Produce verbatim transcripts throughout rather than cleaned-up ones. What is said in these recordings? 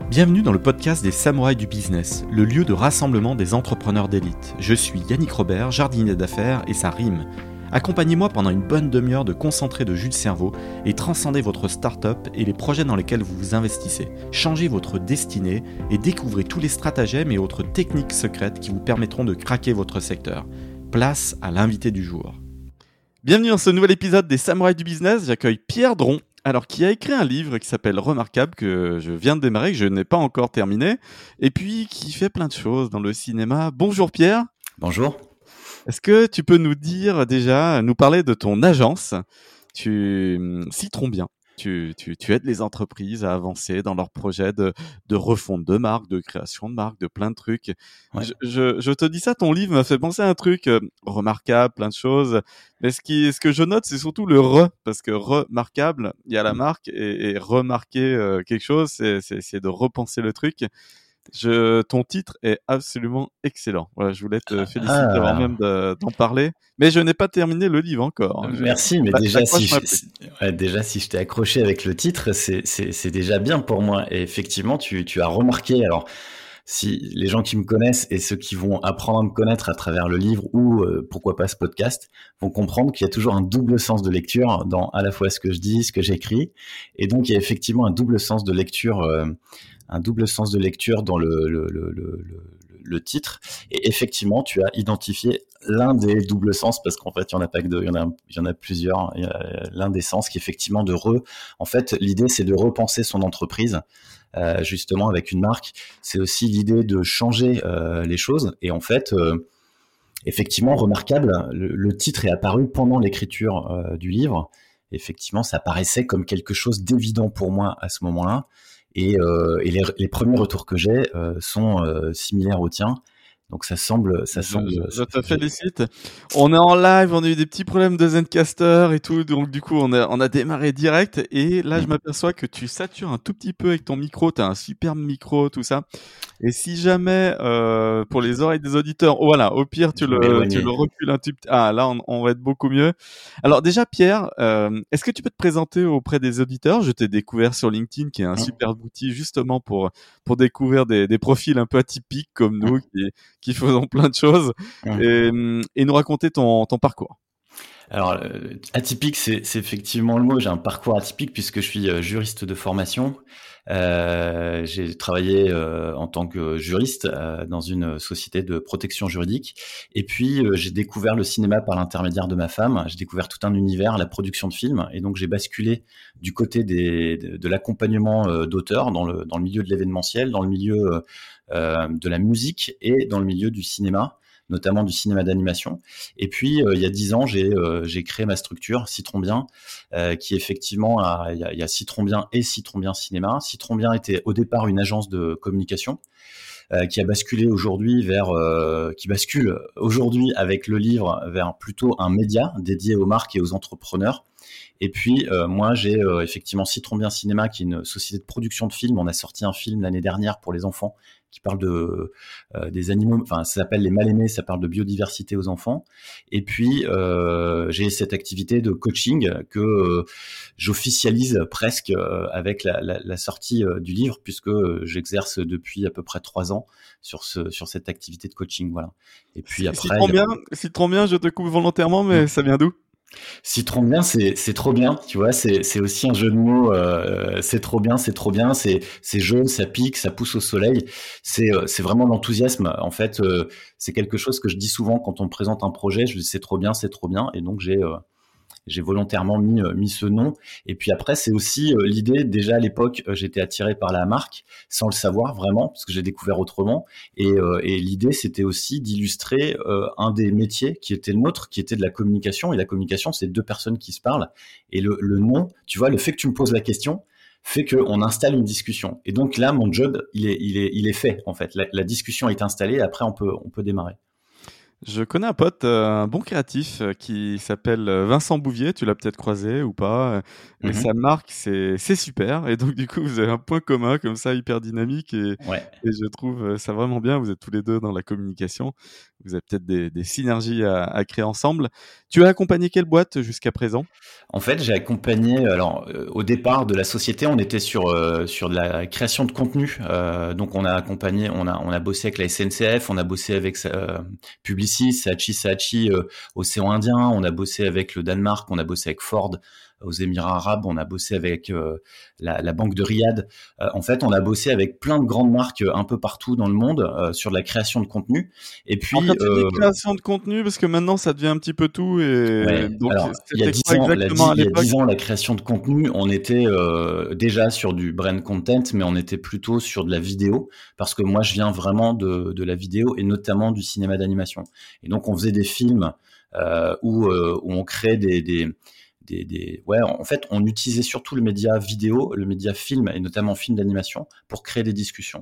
Bienvenue dans le podcast des Samouraïs du Business, le lieu de rassemblement des entrepreneurs d'élite. Je suis Yannick Robert, jardinier d'affaires, et ça rime. Accompagnez-moi pendant une bonne demi-heure de concentré de jus de cerveau et transcendez votre start-up et les projets dans lesquels vous vous investissez. Changez votre destinée et découvrez tous les stratagèmes et autres techniques secrètes qui vous permettront de craquer votre secteur. Place à l'invité du jour. Bienvenue dans ce nouvel épisode des Samouraïs du Business. J'accueille Pierre Dron, alors qui a écrit un livre qui s'appelle Remarquable, que je viens de démarrer, que je n'ai pas encore terminé, et puis qui fait plein de choses dans le cinéma. Bonjour Pierre. Bonjour. Est-ce que tu peux nous dire déjà, nous parler de ton agence, tu Citron Bien. Tu, tu, tu aides les entreprises à avancer dans leurs projets de, de refonte de marque, de création de marque, de plein de trucs. Ouais. Je, je, je te dis ça, ton livre m'a fait penser à un truc euh, remarquable, plein de choses. Mais ce, qui, ce que je note, c'est surtout le re, parce que remarquable, il y a la marque, et, et remarquer euh, quelque chose, c'est, c'est essayer de repenser le truc. Je, ton titre est absolument excellent. Voilà, je voulais te féliciter ah. avant même de, d'en parler, mais je n'ai pas terminé le livre encore. Hein. Merci, je, mais bah, déjà si, je, ouais, déjà si je t'ai accroché avec le titre, c'est, c'est, c'est déjà bien pour moi. Et effectivement, tu, tu as remarqué. Alors, si les gens qui me connaissent et ceux qui vont apprendre à me connaître à travers le livre ou euh, pourquoi pas ce podcast vont comprendre qu'il y a toujours un double sens de lecture dans à la fois ce que je dis, ce que j'écris, et donc il y a effectivement un double sens de lecture. Euh, un double sens de lecture dans le, le, le, le, le titre. Et effectivement, tu as identifié l'un des doubles sens, parce qu'en fait, il y en a pas que deux, il y en a, il y en a plusieurs. Il y a l'un des sens qui est effectivement de re. En fait, l'idée, c'est de repenser son entreprise, euh, justement, avec une marque. C'est aussi l'idée de changer euh, les choses. Et en fait, euh, effectivement, remarquable, le, le titre est apparu pendant l'écriture euh, du livre. Effectivement, ça paraissait comme quelque chose d'évident pour moi à ce moment-là. Et, euh, et les, les premiers retours que j'ai euh, sont euh, similaires aux tiens. Donc ça semble, ça semble. Je, je te félicite. On est en live, on a eu des petits problèmes de Zencastr et tout, donc du coup on a on a démarré direct. Et là je m'aperçois que tu satures un tout petit peu avec ton micro. T'as un superbe micro, tout ça. Et si jamais euh, pour les oreilles des auditeurs, oh, voilà, au pire tu le tu le recules un petit peu. Ah là on, on va être beaucoup mieux. Alors déjà Pierre, euh, est-ce que tu peux te présenter auprès des auditeurs? Je t'ai découvert sur LinkedIn, qui est un super outil justement pour pour découvrir des des profils un peu atypiques comme nous qui qui faisons plein de choses, mmh. et, et nous raconter ton, ton parcours. Alors, euh, atypique, c'est, c'est effectivement le mot. J'ai un parcours atypique puisque je suis euh, juriste de formation. Euh, j'ai travaillé euh, en tant que juriste euh, dans une société de protection juridique. Et puis, euh, j'ai découvert le cinéma par l'intermédiaire de ma femme. J'ai découvert tout un univers, la production de films. Et donc, j'ai basculé du côté des, de, de l'accompagnement euh, d'auteurs dans le, dans le milieu de l'événementiel, dans le milieu euh, de la musique et dans le milieu du cinéma, notamment du cinéma d'animation. Et puis, euh, il y a dix ans, j'ai, euh, j'ai créé ma structure, Citron Bien, euh, qui effectivement, a, il, y a, il y a Citron Bien et Citron Bien Cinéma. Citron Bien était au départ une agence de communication euh, qui a basculé aujourd'hui vers, euh, qui bascule aujourd'hui avec le livre vers plutôt un média dédié aux marques et aux entrepreneurs. Et puis, euh, moi, j'ai euh, effectivement Citron Bien Cinéma, qui est une société de production de films. On a sorti un film l'année dernière pour les enfants qui parle de euh, des animaux, enfin ça s'appelle Les Mal-Aimés, ça parle de biodiversité aux enfants. Et puis euh, j'ai cette activité de coaching que euh, j'officialise presque euh, avec la, la, la sortie euh, du livre, puisque euh, j'exerce depuis à peu près trois ans sur ce sur cette activité de coaching, voilà. Et puis après, Citron Bien, Citron Bien, je te coupe volontairement, mais mmh. ça vient d'où? Citron Bien, c'est c'est trop bien, tu vois, c'est c'est aussi un jeu de mots. Euh, c'est trop bien, c'est trop bien, c'est c'est jaune, ça pique, ça pousse au soleil. C'est euh, c'est vraiment l'enthousiasme. En fait, euh, c'est quelque chose que je dis souvent quand on me présente un projet. Je dis c'est trop bien, c'est trop bien, et donc j'ai euh, j'ai volontairement mis euh, mis ce nom. Et puis après, c'est aussi euh, l'idée. Déjà à l'époque, euh, j'étais attiré par la marque sans le savoir vraiment, parce que j'ai découvert autrement. Et, euh, et l'idée, c'était aussi d'illustrer euh, un des métiers qui était le nôtre, qui était de la communication. Et la communication, c'est deux personnes qui se parlent. Et le, le nom, tu vois, le fait que tu me poses la question fait qu'on installe une discussion. Et donc là, mon job, il est il est il est fait en fait. La, la discussion est installée. Et après, on peut on peut démarrer. Je connais un pote, euh, un bon créatif euh, qui s'appelle euh, Vincent Bouvier, tu l'as peut-être croisé ou pas, euh, et mm-hmm. sa marque c'est c'est super, et donc du coup vous avez un point commun comme ça hyper dynamique, et, ouais. et je trouve euh, ça vraiment bien, vous êtes tous les deux dans la communication, vous avez peut-être des, des synergies à, à créer ensemble. Tu as accompagné quelle boîte jusqu'à présent ? En fait, j'ai accompagné. Alors, euh, au départ de la société, on était sur euh, sur de la création de contenu. Euh, donc, on a accompagné, on a on a bossé avec la S N C F, on a bossé avec euh, Publicis, Saatchi Saatchi, euh, Océan Indien, on a bossé avec le Danemark, on a bossé avec Ford aux Émirats Arabes, on a bossé avec euh, la, la banque de Riyad. Euh, en fait, on a bossé avec plein de grandes marques un peu partout dans le monde euh, sur de la création de contenu. Et puis, alors, quand tu euh, dis création de contenu, parce que maintenant ça devient un petit peu tout, et ouais, donc alors, il y a c'était dix quoi ans, la, exactement à il y a l'époque ? dix ans, la création de contenu, on était euh, déjà sur du brand content, mais on était plutôt sur de la vidéo, parce que moi, je viens vraiment de, de la vidéo et notamment du cinéma d'animation. Et donc, on faisait des films euh, où, euh, où on créait des, des Des, des, ouais, en fait, on utilisait surtout le média vidéo, le média film et notamment film d'animation pour créer des discussions.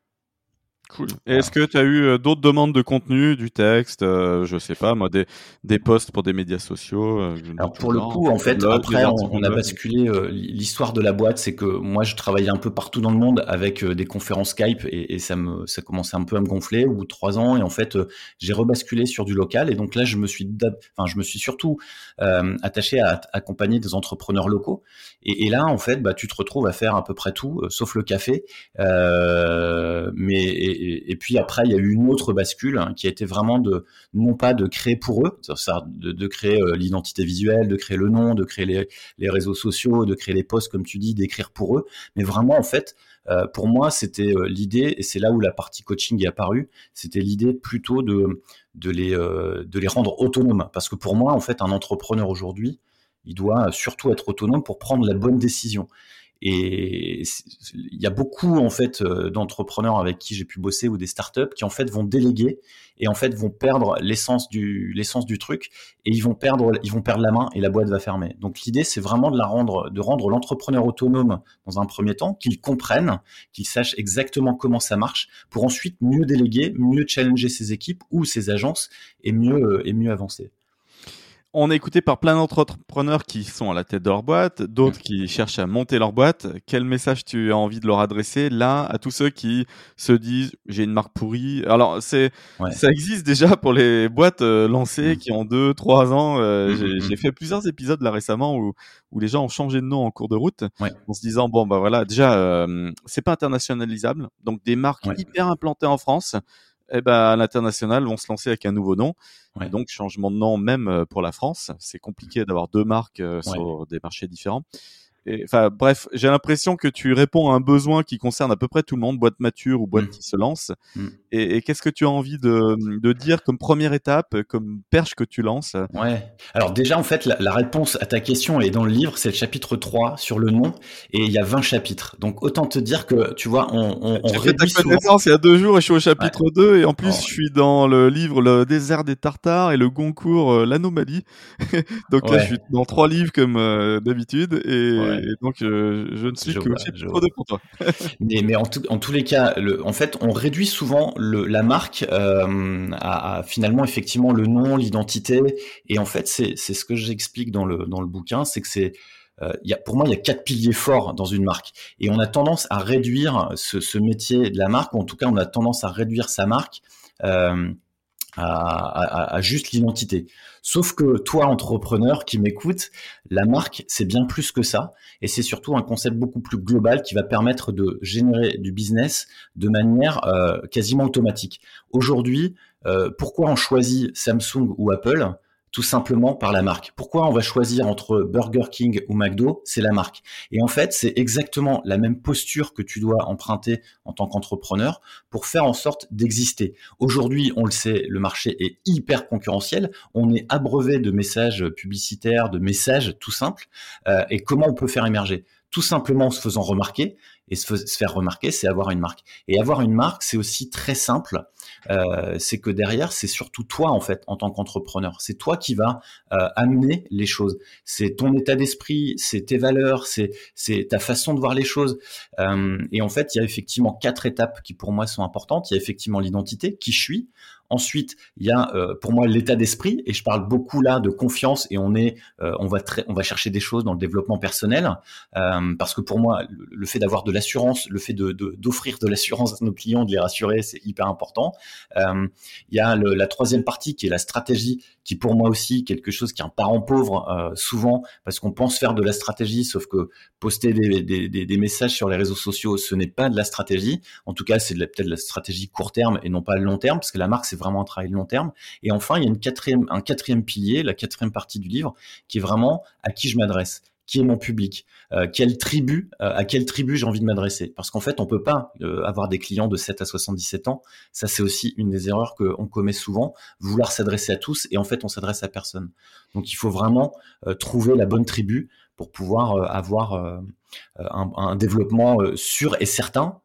Cool. Et est-ce que tu as eu euh, d'autres demandes de contenu, du texte, euh, je sais pas, moi, des, des posts pour des médias sociaux euh, de Alors tout pour le genre, coup, en des fait, blogs, des après, on, articles on a blog. basculé euh, l'histoire de la boîte, c'est que moi, je travaillais un peu partout dans le monde avec euh, des conférences Skype et, et ça me, ça commençait un peu à me gonfler au bout de trois ans. Et en fait, euh, j'ai rebasculé sur du local. Et donc là, je me suis, enfin, je me suis surtout euh, attaché à, à accompagner des entrepreneurs locaux. Et, et là, en fait, bah, tu te retrouves à faire à peu près tout, euh, sauf le café. Euh, mais et, et, et puis après, il y a eu une autre bascule hein, qui a été vraiment de non pas de créer pour eux, ça, de, de créer euh, l'identité visuelle, de créer le nom, de créer les, les réseaux sociaux, de créer les posts, comme tu dis, d'écrire pour eux. Mais vraiment, en fait, euh, pour moi, c'était euh, l'idée, et c'est là où la partie coaching est apparue, c'était l'idée plutôt de, de, les, euh, de les rendre autonomes. Parce que pour moi, en fait, un entrepreneur aujourd'hui, il doit surtout être autonome pour prendre la bonne décision. Et il y a beaucoup en fait d'entrepreneurs avec qui j'ai pu bosser ou des startups qui en fait vont déléguer et en fait vont perdre l'essence du l'essence du truc et ils vont perdre ils vont perdre la main et la boîte va fermer. Donc l'idée c'est vraiment de la rendre de rendre l'entrepreneur autonome dans un premier temps, qu'il comprenne, qu'il sache exactement comment ça marche pour ensuite mieux déléguer, mieux challenger ses équipes ou ses agences et mieux et mieux avancer. On est écouté par plein d'autres entrepreneurs qui sont à la tête de leur boîte, d'autres qui cherchent à monter leur boîte. Quel message tu as envie de leur adresser là à tous ceux qui se disent j'ai une marque pourrie? Alors c'est ouais. Ça existe déjà pour les boîtes euh, lancées mmh. qui ont deux, trois ans. Euh, mmh, j'ai, mmh. j'ai fait plusieurs épisodes là récemment où où les gens ont changé de nom en cours de route ouais. en se disant bon bah voilà déjà euh, c'est pas internationalisable, donc des marques ouais. hyper implantées en France. Eh ben, à l'international, vont se lancer avec un nouveau nom. Ouais. Et donc, changement de nom même pour la France. C'est compliqué d'avoir deux marques euh, ouais. sur des marchés différents. Enfin, bref, j'ai l'impression que tu réponds à un besoin qui concerne à peu près tout le monde, boîte mature ou boîte mmh. qui se lance. Mmh. Et, et qu'est-ce que tu as envie de, de dire comme première étape, comme perche que tu lances? Ouais. Alors déjà, en fait, la, la réponse à ta question est dans le livre, c'est le chapitre trois sur le nom, et il y a vingt chapitres. Donc autant te dire que, tu vois, on, on, on j'ai réduit fait ta connaissance souvent... il y a deux jours et je suis au chapitre ouais. deux, et en plus, oh. je suis dans le livre Le désert des Tartares et le Goncourt euh, L'Anomalie. Donc ouais. là, je suis dans trois livres comme euh, d'habitude, et, ouais. et donc euh, je ne suis je que vois, au chapitre deux pour toi. mais mais en, tout, en tous les cas, le, en fait, on réduit souvent le, la marque euh, à, à finalement effectivement le nom, l'identité, et en fait, c'est c'est ce que j'explique dans le dans le bouquin, c'est que c'est euh, y a, pour moi, il y a quatre piliers forts dans une marque, et on a tendance à réduire ce, ce métier de la marque, ou en tout cas, on a tendance à réduire sa marque. Euh, À, à, à juste l'identité. Sauf que toi, entrepreneur qui m'écoute, la marque, c'est bien plus que ça. Et c'est surtout un concept beaucoup plus global qui va permettre de générer du business de manière euh, quasiment automatique. Aujourd'hui, euh, pourquoi on choisit Samsung ou Apple ? Tout simplement par la marque. Pourquoi on va choisir entre Burger King ou McDo ? C'est la marque. Et en fait, c'est exactement la même posture que tu dois emprunter en tant qu'entrepreneur pour faire en sorte d'exister. Aujourd'hui, on le sait, le marché est hyper concurrentiel. On est abreuvé de messages publicitaires, de messages tout simples. Euh, et comment on peut faire émerger ? Tout simplement en se faisant remarquer. Et se, se faire remarquer, c'est avoir une marque. Et avoir une marque, c'est aussi très simple. Euh, c'est que derrière, c'est surtout toi, en fait, en tant qu'entrepreneur. C'est toi qui vas euh, amener les choses. C'est ton état d'esprit, c'est tes valeurs, c'est, c'est ta façon de voir les choses. Euh, et en fait, il y a effectivement quatre étapes qui, pour moi, sont importantes. Il y a effectivement l'identité, qui je suis. Ensuite, il y a euh, pour moi l'état d'esprit, et je parle beaucoup là de confiance, et on est, euh, on va très, on va chercher des choses dans le développement personnel, euh, parce que pour moi, le, le fait d'avoir de l'assurance, le fait de, de d'offrir de l'assurance à nos clients, de les rassurer, c'est hyper important. Euh, il y a le, la troisième partie qui est la stratégie, qui pour moi aussi quelque chose qui est un parent pauvre euh, souvent, parce qu'on pense faire de la stratégie, sauf que poster des, des, des, des messages sur les réseaux sociaux, ce n'est pas de la stratégie. En tout cas, c'est de la, peut-être de la stratégie court terme et non pas long terme, parce que la marque, c'est vraiment un travail de long terme. Et enfin, il y a une quatrième, un quatrième pilier, la quatrième partie du livre, qui est vraiment à qui je m'adresse. Qui est mon public, euh, quelle tribu, euh, à quelle tribu j'ai envie de m'adresser. Parce qu'en fait, on peut pas euh, avoir des clients de sept à soixante-dix-sept ans. Ça, c'est aussi une des erreurs qu'on commet souvent, vouloir s'adresser à tous, et en fait, on s'adresse à personne. Donc, il faut vraiment euh, trouver la bonne tribu pour pouvoir euh, avoir euh, un, un développement euh, sûr et certain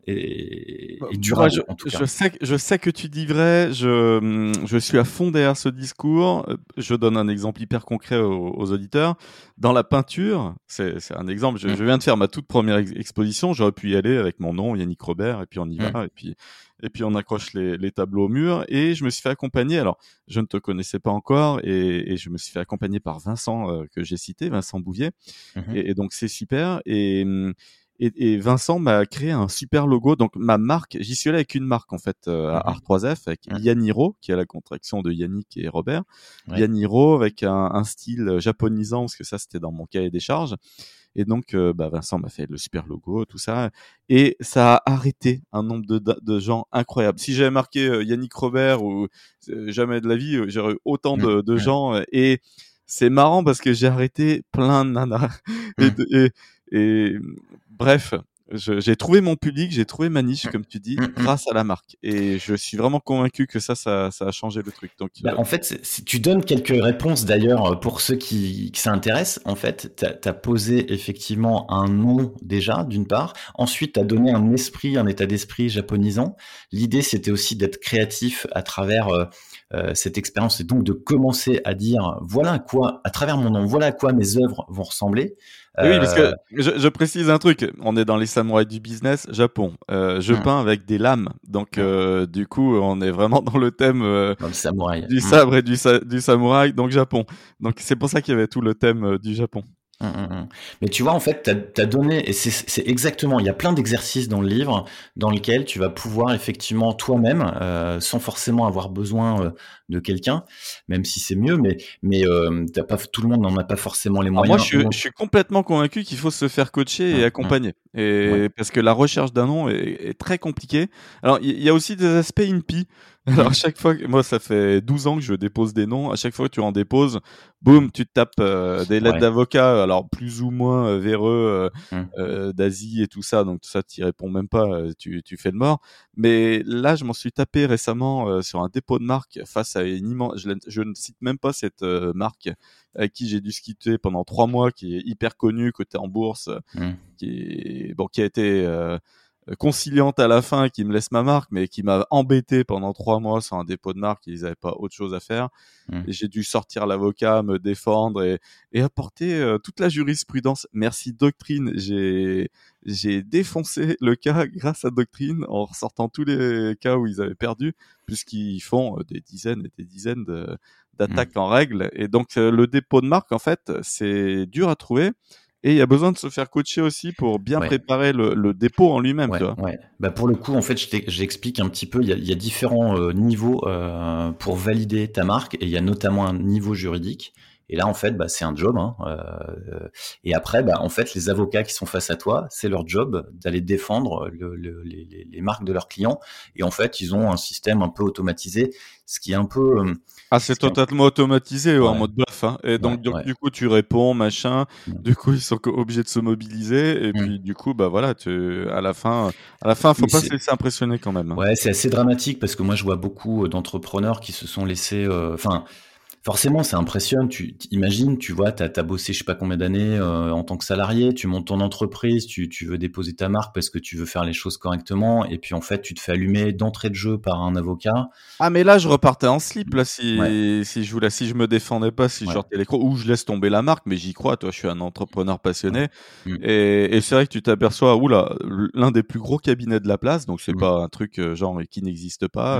et, et durable. Moi, je, en tout cas. Je sais, je sais que tu dis vrai. Je, je suis à fond derrière ce discours. Je donne un exemple hyper concret aux, aux auditeurs. Dans la peinture, c'est, c'est un exemple. Je, mmh. je viens de faire ma toute première ex- exposition. J'aurais pu y aller avec mon nom, Yannick Robert, et puis on y va, mmh. et puis et puis on accroche les, les tableaux au mur. Et je me suis fait accompagner. Alors, je ne te connaissais pas encore, et, et je me suis fait accompagner par Vincent euh, que j'ai cité, Vincent Bouvier. Mmh. Et, et donc c'est super. Et Et, et Vincent m'a créé un super logo. Donc ma marque, j'y suis allé avec une marque en fait euh, à Art trois F avec mmh. Yaniro, qui est la contraction de Yannick et Robert. Ouais. Yaniro avec un, un style japonisant, parce que ça c'était dans mon cahier des charges. Et donc euh, bah, Vincent m'a fait le super logo, tout ça, et ça a arrêté un nombre de, de gens incroyables. Si j'avais marqué euh, Yannick Robert ou euh, jamais de la vie, j'aurais eu autant mmh. de, de mmh. gens. Euh, et c'est marrant parce que j'ai arrêté plein de nanas. Mmh. et, et, et bref, je, j'ai trouvé mon public, j'ai trouvé ma niche, comme tu dis, mmh. grâce à la marque. Et je suis vraiment convaincu que ça, ça, ça a changé le truc. Donc, bah, euh... en fait, c'est, c'est, tu donnes quelques réponses d'ailleurs pour ceux qui, qui s'intéressent. En fait, t'as, t'as posé effectivement un nom déjà, d'une part. Ensuite, t'as donné un esprit, un état d'esprit japonisant. L'idée, c'était aussi d'être créatif à travers euh, euh, cette expérience, et donc de commencer à dire voilà à quoi, à travers mon nom, voilà à quoi mes œuvres vont ressembler. Oui, parce que je, je précise un truc. On est dans les samouraïs du business, Japon. Euh, je mmh. peins avec des lames, donc mmh. euh, du coup, on est vraiment dans le thème euh, dans le samouraï. du sabre mmh. et du, sa- du samouraï, donc Japon. Donc c'est pour ça qu'il y avait tout le thème euh, du Japon. Mmh, mmh. Mais tu vois, en fait, t'as, t'as donné, et c'est, c'est exactement, il y a plein d'exercices dans le livre dans lesquels tu vas pouvoir effectivement toi-même, euh, sans forcément avoir besoin euh, de quelqu'un, même si c'est mieux, mais mais euh, t'as pas, tout le monde n'en a pas forcément les moyens. Alors moi, je suis, je suis complètement convaincu qu'il faut se faire coacher et mmh, accompagner, mmh. et ouais. parce que la recherche d'un nom est, est très compliquée. Alors il y, y a aussi des aspects I N P I. Alors à chaque fois, moi ça fait douze ans que je dépose des noms. À chaque fois que tu en déposes, boum, tu te tapes euh, des lettres ouais. d'avocats, alors plus ou moins euh, véreux euh, mmh. euh, d'Asie et tout ça. Donc tout ça, tu y réponds même pas, euh, tu tu fais le mort. Mais là, je m'en suis tapé récemment euh, sur un dépôt de marque face à une immense. Je, je ne cite même pas cette euh, marque avec qui j'ai dû skitter pendant trois mois, qui est hyper connue, cotée en bourse, mmh. qui est bon, qui a été euh, conciliante à la fin, qui me laisse ma marque, mais qui m'a embêté pendant trois mois sur un dépôt de marque. Ils n'avaient pas autre chose à faire. Mmh. Et j'ai dû sortir l'avocat, me défendre et, et apporter euh, toute la jurisprudence. Merci Doctrine. J'ai, j'ai défoncé le cas grâce à Doctrine en ressortant tous les cas où ils avaient perdu, puisqu'ils font euh, des dizaines et des dizaines de, d'attaques mmh. en règle. Et donc, euh, le dépôt de marque, en fait, c'est dur à trouver. Et il y a besoin de se faire coacher aussi pour bien ouais. préparer le, le dépôt en lui-même. Ouais, tu vois. Ouais. Bah pour le coup, en fait, je j'explique un petit peu. Il y a, il y a différents euh, niveaux euh, pour valider ta marque, et il y a notamment un niveau juridique. Et là, en fait, bah, c'est un job. Hein, euh, et après, bah, en fait, les avocats qui sont face à toi, c'est leur job d'aller défendre le, le, les, les marques de leurs clients. Et en fait, ils ont un système un peu automatisé, ce qui est un peu... Euh, ah, c'est totalement un... automatisé, ouais. En mode bluff. Hein. Et donc, ouais, donc ouais. du coup, tu réponds, machin. Mmh. Du coup, ils sont obligés de se mobiliser. Et mmh. puis, du coup, bah voilà, tu, à la fin, à la fin, faut oui, pas c'est... se laisser impressionner quand même. Hein. Ouais, c'est assez dramatique parce que moi, je vois beaucoup d'entrepreneurs qui se sont laissés, enfin. Euh, Forcément, ça impressionne. Tu imagines, tu vois, t'as as bossé je sais pas combien d'années euh, en tant que salarié, tu montes ton entreprise, tu, tu veux déposer ta marque parce que tu veux faire les choses correctement, et puis en fait, tu te fais allumer d'entrée de jeu par un avocat. Ah mais là, je repartais en slip là si ouais. si je voulais, si je me défendais pas, si ouais. je sortais les crocs, ou je laisse tomber la marque, mais j'y crois. Toi, je suis un entrepreneur passionné, ouais. et, et c'est vrai que tu t'aperçois, oula, l'un des plus gros cabinets de la place, donc c'est mmh. pas un truc euh, genre qui n'existe pas. Mmh.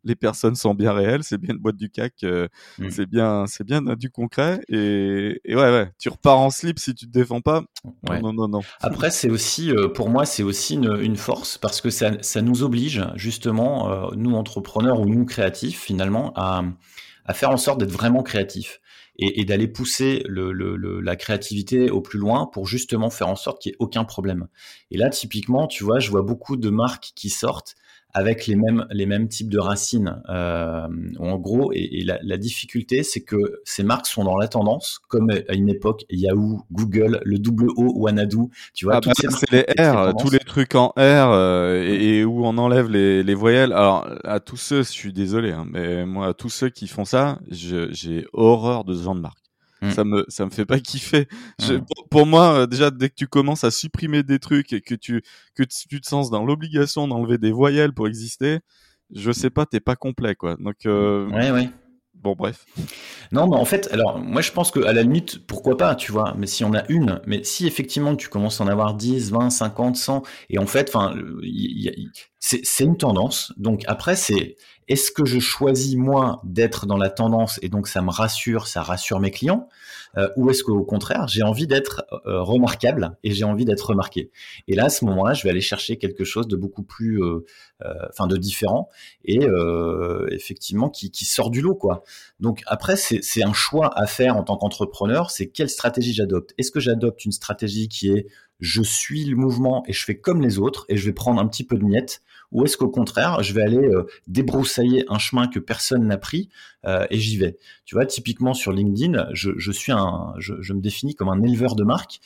les personnes sont bien réelles, c'est bien une boîte du C A C, euh, mmh. c'est bien, c'est bien du concret. Et, et ouais, ouais, tu repars en slip si tu te défends pas. Ouais. Non, non, non. Après, c'est aussi, euh, pour moi, c'est aussi une, une force parce que ça, ça nous oblige justement, euh, nous entrepreneurs ou nous créatifs, finalement, à, à faire en sorte d'être vraiment créatifs et, et d'aller pousser le, le, le, la créativité au plus loin pour justement faire en sorte qu'il n'y ait aucun problème. Et là, typiquement, tu vois, je vois beaucoup de marques qui sortent avec les mêmes les mêmes types de racines. Euh, en gros, et, et la, la difficulté, c'est que ces marques sont dans la tendance, comme à une époque Yahoo, Google, le double O, Wanadu, tu vois. Ah toutes bah, ces c'est les R, tous les trucs en R euh, et, et où on enlève les, les voyelles. Alors à tous ceux, je suis désolé, hein, mais moi, à tous ceux qui font ça, je, j'ai horreur de ce genre de marque. Mm. Ça me ça me fait pas kiffer. Je, mm. pour, pour moi, euh, déjà dès que tu commences à supprimer des trucs et que tu que tu te sens dans l'obligation d'enlever des voyelles pour exister, je sais pas, t'es pas complet quoi. Donc euh, ouais ouais. Bon bref. Non, mais en fait, alors moi je pense que à la limite, pourquoi pas, tu vois. Mais si on a une, mais si effectivement tu commences à en avoir dix, vingt, cinquante, cent, et en fait, enfin, c'est c'est une tendance. Donc après, c'est est-ce que je choisis moi d'être dans la tendance et donc ça me rassure, ça rassure mes clients, euh, ou est-ce qu'au contraire j'ai envie d'être euh, remarquable et j'ai envie d'être remarqué. Et là, à ce moment-là, je vais aller chercher quelque chose de beaucoup plus, enfin, euh, euh, de différent et euh, effectivement qui, qui sort du lot, quoi. Donc après, c'est, c'est un choix à faire en tant qu'entrepreneur. C'est quelle stratégie j'adopte. Est-ce que j'adopte une stratégie qui est je suis le mouvement et je fais comme les autres et je vais prendre un petit peu de miettes, ou est-ce qu'au contraire, je vais aller euh, débroussailler un chemin que personne n'a pris euh, et j'y vais. Tu vois, typiquement sur LinkedIn, je, je suis un, je, je me définis comme un éleveur de marque.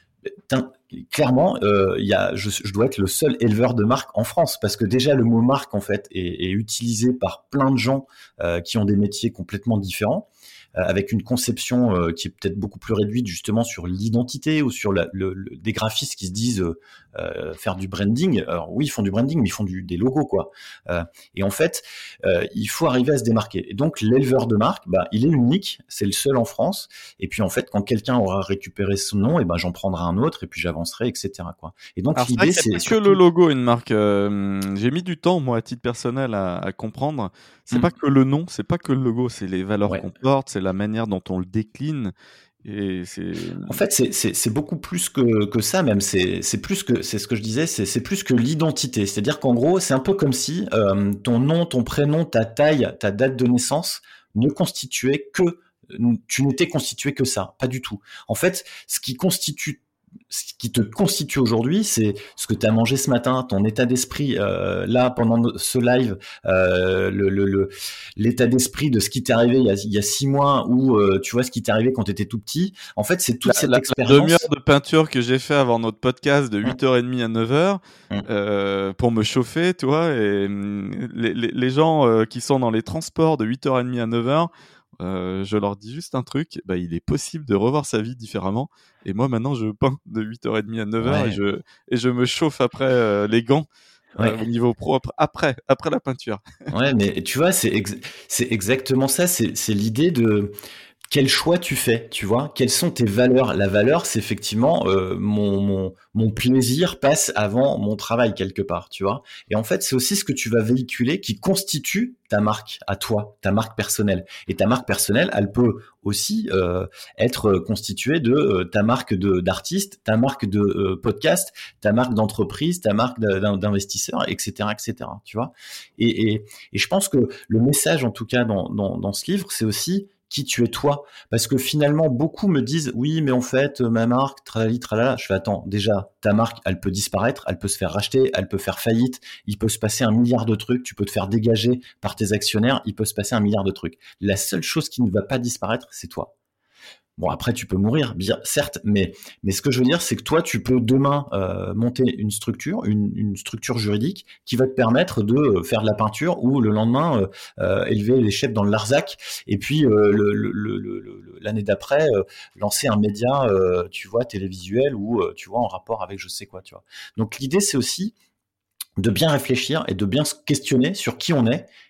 Clairement, euh, y a, je, je dois être le seul éleveur de marque en France parce que déjà le mot marque en fait est, est utilisé par plein de gens euh, qui ont des métiers complètement différents, euh, avec une conception euh, qui est peut-être beaucoup plus réduite justement sur l'identité ou sur la, le, le, des graphistes qui se disent euh, faire du branding. Alors oui, ils font du branding, mais ils font du, des logos quoi. Euh, et en fait, euh, il faut arriver à se démarquer. Et donc l'éleveur de marque, bah, il est unique, c'est le seul en France. Et puis en fait, quand quelqu'un aura récupéré son nom, et ben j'en prendrai un autre et puis j'avancerai, et cetera quoi. Et donc alors, l'idée, c'est, c'est, c'est surtout... que le logo une marque. Euh, j'ai mis du temps moi à titre personnel à, à comprendre. C'est mmh. pas que le nom, c'est pas que le logo, c'est les valeurs ouais. qu'on porte, c'est la manière dont on le décline. Et c'est... En fait, c'est, c'est, c'est beaucoup plus que, que ça même. C'est, c'est plus que, c'est ce que je disais, c'est, c'est plus que l'identité. C'est-à-dire qu'en gros, c'est un peu comme si euh, ton nom, ton prénom, ta taille, ta date de naissance ne constituaient que, tu n'étais constitué que ça, pas du tout. En fait, ce qui constitue ce qui te constitue aujourd'hui, c'est ce que tu as mangé ce matin, ton état d'esprit euh, là pendant ce live, euh, le, le, le, l'état d'esprit de ce qui t'est arrivé il y a, il y a six mois ou euh, tu vois ce qui t'est arrivé quand tu étais tout petit. En fait, c'est toute la, cette la, expérience. La demi-heure de peinture que j'ai fait avant notre podcast de huit heures trente à neuf heures mmh. euh, pour me chauffer, tu vois, et les, les, les gens euh, qui sont dans les transports de huit heures trente à neuf heures, Euh, je leur dis juste un truc, bah, il est possible de revoir sa vie différemment. Et moi, maintenant, je peins de huit heures trente à neuf heures ouais. et, je, et je me chauffe après euh, les gants euh, ouais. au niveau propre, après, après la peinture. Ouais, mais tu vois, c'est, ex- c'est exactement ça. C'est, c'est l'idée de quel choix tu fais, tu vois, quelles sont tes valeurs. La valeur, c'est effectivement euh, mon, mon, mon plaisir passe avant mon travail quelque part, tu vois. Et en fait, c'est aussi ce que tu vas véhiculer qui constitue ta marque à toi, ta marque personnelle. Et ta marque personnelle, elle peut aussi euh, être constituée de euh, ta marque de, d'artiste, ta marque de euh, podcast, ta marque d'entreprise, ta marque d'investisseur, et cetera, et cetera. Tu vois. Et, et, et je pense que le message, en tout cas, dans, dans, dans ce livre, c'est aussi qui tu es toi, parce que finalement beaucoup me disent oui mais en fait ma marque tralali tralala. Je fais attends, déjà ta marque elle peut disparaître, elle peut se faire racheter, elle peut faire faillite, il peut se passer un milliard de trucs, tu peux te faire dégager par tes actionnaires, il peut se passer un milliard de trucs. La seule chose qui ne va pas disparaître, c'est toi. Bon, après, tu peux mourir, bien, certes, mais, mais ce que je veux dire, c'est que toi, tu peux demain euh, monter une structure, une, une structure juridique qui va te permettre de faire de la peinture ou le lendemain, euh, euh, élever les chefs dans le Larzac et puis euh, le, le, le, le, l'année d'après, euh, lancer un média, euh, tu vois, télévisuel ou, euh, tu vois, en rapport avec je sais quoi, tu vois. Donc, l'idée, c'est aussi de bien réfléchir et de bien se questionner sur qui on est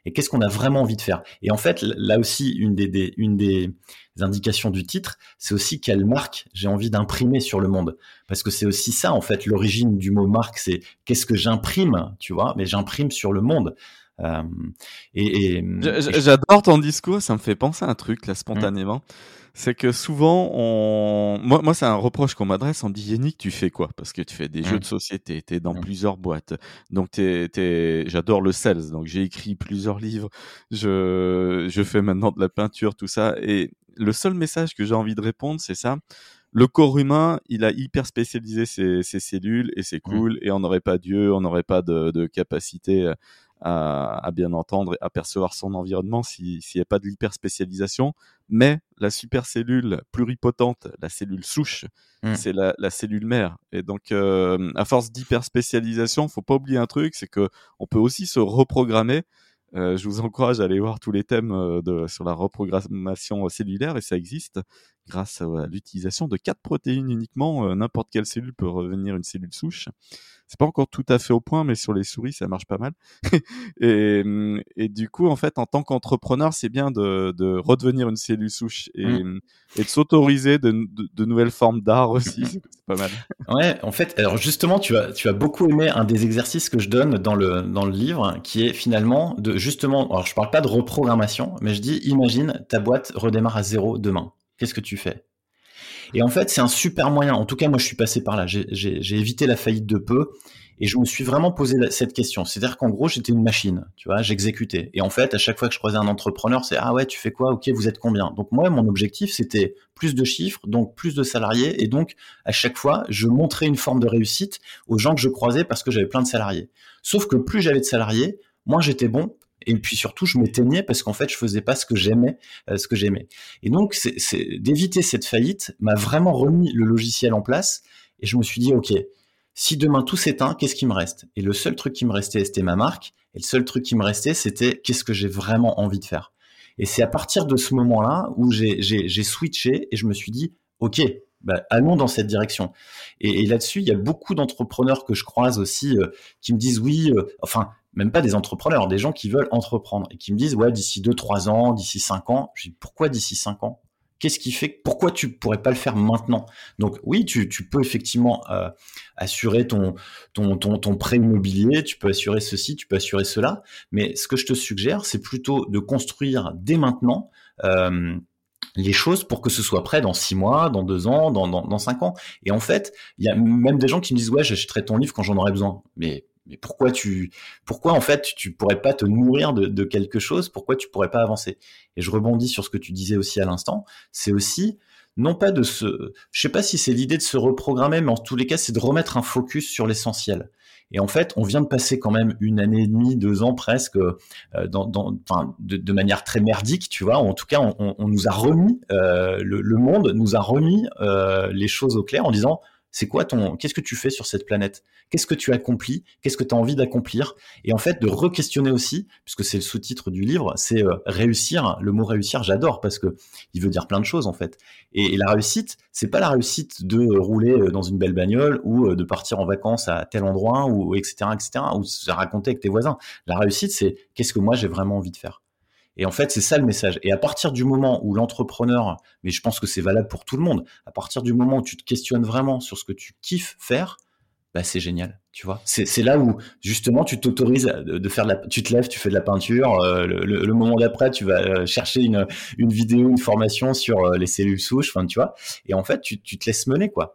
et qu'est-ce qu'on a vraiment envie de faire. Et en fait, là aussi, une des, des, une des indications du titre, c'est aussi quelle marque j'ai envie d'imprimer sur le monde. Parce que c'est aussi ça, en fait, l'origine du mot marque, c'est qu'est-ce que j'imprime, tu vois, mais j'imprime sur le monde. Euh, et, et, et J'adore ton discours, ça me fait penser à un truc, là, spontanément. Mmh. C'est que souvent, on... moi, moi c'est un reproche qu'on m'adresse, on me dit « Yannick, tu fais quoi ?» Parce que tu fais des mmh. jeux de société, tu es dans mmh. plusieurs boîtes, donc t'es, t'es... j'adore le sales, donc j'ai écrit plusieurs livres, je... je fais maintenant de la peinture, tout ça, et le seul message que j'ai envie de répondre, c'est ça. Le corps humain, il a hyper spécialisé ses, ses cellules, et c'est cool, mmh. et on n'aurait pas Dieu, on n'aurait pas de, de capacité... À, à bien entendre et à percevoir son environnement s'il n'y a pas de l'hyperspécialisation. Mais la supercellule pluripotente, la cellule souche, mmh. c'est la, la cellule mère. Et donc, euh, à force d'hyperspécialisation, il ne faut pas oublier un truc, c'est qu'on peut aussi se reprogrammer. Euh, je vous encourage à aller voir tous les thèmes de, sur la reprogrammation cellulaire, et ça existe grâce à l'utilisation de quatre protéines uniquement. Euh, n'importe quelle cellule peut revenir une cellule souche. C'est pas encore tout à fait au point, mais sur les souris, ça marche pas mal. et, et du coup, en fait, en tant qu'entrepreneur, c'est bien de, de redevenir une cellule souche et, mmh. et de s'autoriser de, de, de nouvelles formes d'art aussi. C'est pas mal. Ouais, en fait, alors justement, tu as, tu as beaucoup aimé un des exercices que je donne dans le, dans le livre, qui est finalement de justement, alors je parle pas de reprogrammation, mais je dis, imagine ta boîte redémarre à zéro demain. Qu'est-ce que tu fais ? Et en fait, c'est un super moyen. En tout cas, moi, je suis passé par là. J'ai, j'ai, j'ai évité la faillite de peu et je me suis vraiment posé cette question. C'est-à-dire qu'en gros, j'étais une machine, tu vois, j'exécutais. Et en fait, à chaque fois que je croisais un entrepreneur, c'est « Ah ouais, tu fais quoi ? Ok, vous êtes combien ?» Donc moi, mon objectif, c'était plus de chiffres, donc plus de salariés. Et donc, à chaque fois, je montrais une forme de réussite aux gens que je croisais parce que j'avais plein de salariés. Sauf que plus j'avais de salariés, moins j'étais bon. Et puis surtout, je m'éteignais parce qu'en fait, je faisais pas ce que j'aimais, euh, ce que j'aimais. Et donc, c'est, c'est, d'éviter cette faillite m'a vraiment remis le logiciel en place. Et je me suis dit, ok, si demain tout s'éteint, qu'est-ce qui me reste ? Et le seul truc qui me restait, c'était ma marque. Et le seul truc qui me restait, c'était qu'est-ce que j'ai vraiment envie de faire. Et c'est à partir de ce moment-là où j'ai, j'ai, j'ai switché et je me suis dit, ok, bah, allons dans cette direction. Et, et là-dessus, il y a beaucoup d'entrepreneurs que je croise aussi euh, qui me disent oui, euh, enfin, même pas des entrepreneurs, des gens qui veulent entreprendre et qui me disent ouais, d'ici deux, trois ans, d'ici cinq ans. Je dis pourquoi d'ici cinq ans ? Qu'est-ce qui fait, pourquoi tu pourrais pas le faire maintenant ? Donc oui, tu, tu peux effectivement euh, assurer ton, ton, ton, ton prêt immobilier, tu peux assurer ceci, tu peux assurer cela, mais ce que je te suggère, c'est plutôt de construire dès maintenant euh, les choses pour que ce soit prêt dans six mois, dans deux ans, dans, dans, dans cinq ans. Et en fait, il y a même des gens qui me disent ouais, j'achèterai ton livre quand j'en aurai besoin. Mais Mais pourquoi tu, pourquoi en fait tu pourrais pas te nourrir de, de quelque chose ? Pourquoi tu pourrais pas avancer ? Et je rebondis sur ce que tu disais aussi à l'instant. C'est aussi non pas de se, je sais pas si c'est l'idée de se reprogrammer, mais en tous les cas c'est de remettre un focus sur l'essentiel. Et en fait, on vient de passer quand même une année et demie, deux ans presque, euh, dans, dans, enfin, de, de manière très merdique, tu vois. En tout cas, on, on nous a remis euh, le, le monde nous a remis euh, les choses au clair en disant. C'est quoi ton, qu'est-ce que tu fais sur cette planète ? Qu'est-ce que tu accomplis ? Qu'est-ce que tu as envie d'accomplir ? Et en fait, de re-questionner aussi, puisque c'est le sous-titre du livre, c'est euh, réussir. Le mot réussir, j'adore parce que il veut dire plein de choses en fait. Et, et la réussite, c'est pas la réussite de rouler dans une belle bagnole ou de partir en vacances à tel endroit ou et cetera et cetera ou se raconter avec tes voisins. La réussite, c'est qu'est-ce que moi j'ai vraiment envie de faire. Et en fait, c'est ça le message. Et à partir du moment où l'entrepreneur, mais je pense que c'est valable pour tout le monde, à partir du moment où tu te questionnes vraiment sur ce que tu kiffes faire, bah c'est génial, tu vois. C'est, c'est là où justement tu t'autorises de faire de la, tu te lèves, tu fais de la peinture. Euh, le, le, le moment d'après, tu vas chercher une, une vidéo, une formation sur les cellules souches, enfin tu vois. Et en fait, tu, tu te laisses mener quoi.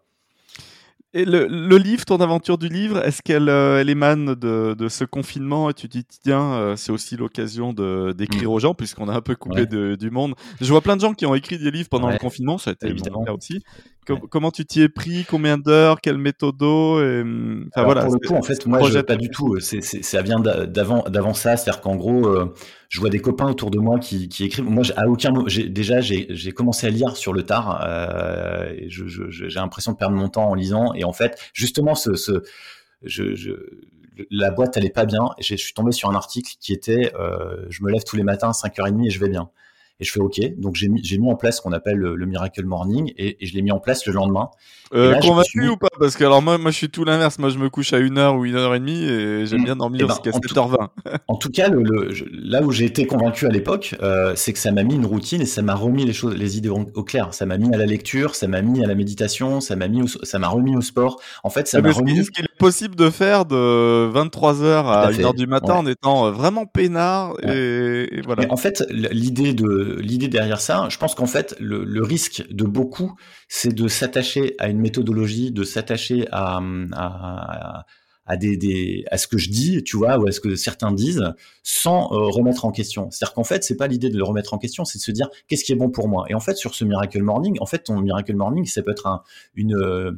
Et le, le livre, ton aventure du livre, est-ce qu'elle euh, elle émane de, de ce confinement et tu te dis, tiens, euh, c'est aussi l'occasion de, d'écrire mmh. aux gens puisqu'on a un peu coupé ouais. de, du monde. Je vois plein de gens qui ont écrit des livres pendant ouais. le confinement, ça a été évidemment mon cas aussi. Com- ouais. Comment tu t'y es pris ? Combien d'heures ? Quelle méthode ? et, enfin, Alors, voilà, pour le coup, en fait, moi, je, pas du tout. C'est, c'est, ça vient d'avant, d'avant ça. C'est-à-dire qu'en gros, euh, je vois des copains autour de moi qui, qui écrivent. Moi, à aucun moment, j'ai, déjà, j'ai, j'ai commencé à lire sur le tard. Euh, et je, je, j'ai l'impression de perdre mon temps en lisant. Et en fait, justement, ce, ce je, je, la boîte, elle est pas bien. Et je suis tombé sur un article qui était, euh, je me lève tous les matins à cinq heures trente et je vais bien. Et je fais OK. Donc j'ai mis, j'ai mis en place ce qu'on appelle le, le Miracle Morning et, et je l'ai mis en place le lendemain. Euh, là, convaincu mis... ou pas? Parce que alors moi, moi, je suis tout l'inverse. Moi, je me couche à une heure ou une heure et demie et j'aime mmh. bien dormir jusqu'à ben, sept heures vingt. En tout cas, le, le, je, là où j'ai été convaincu à l'époque, euh, c'est que ça m'a mis une routine et ça m'a remis les choses, les idées au, au clair. Ça m'a mis à la lecture, ça m'a mis à la méditation, ça m'a mis, au, ça m'a remis au sport. En fait, ça mais m'a ce remis. Est-ce qu'il est possible de faire de vingt-trois heures à, à une heure du matin ouais. en étant vraiment peinard ouais. et, et voilà. Mais en fait, l'idée de l'idée derrière ça, je pense qu'en fait, le, le risque de beaucoup, c'est de s'attacher à une méthodologie, de s'attacher à, à, à à des, des à ce que je dis, tu vois, ou à ce que certains disent, sans euh, remettre en question. C'est-à-dire qu'en fait, c'est pas l'idée de le remettre en question, c'est de se dire qu'est-ce qui est bon pour moi. Et en fait, sur ce Miracle Morning, en fait, ton Miracle Morning, ça peut être un une euh,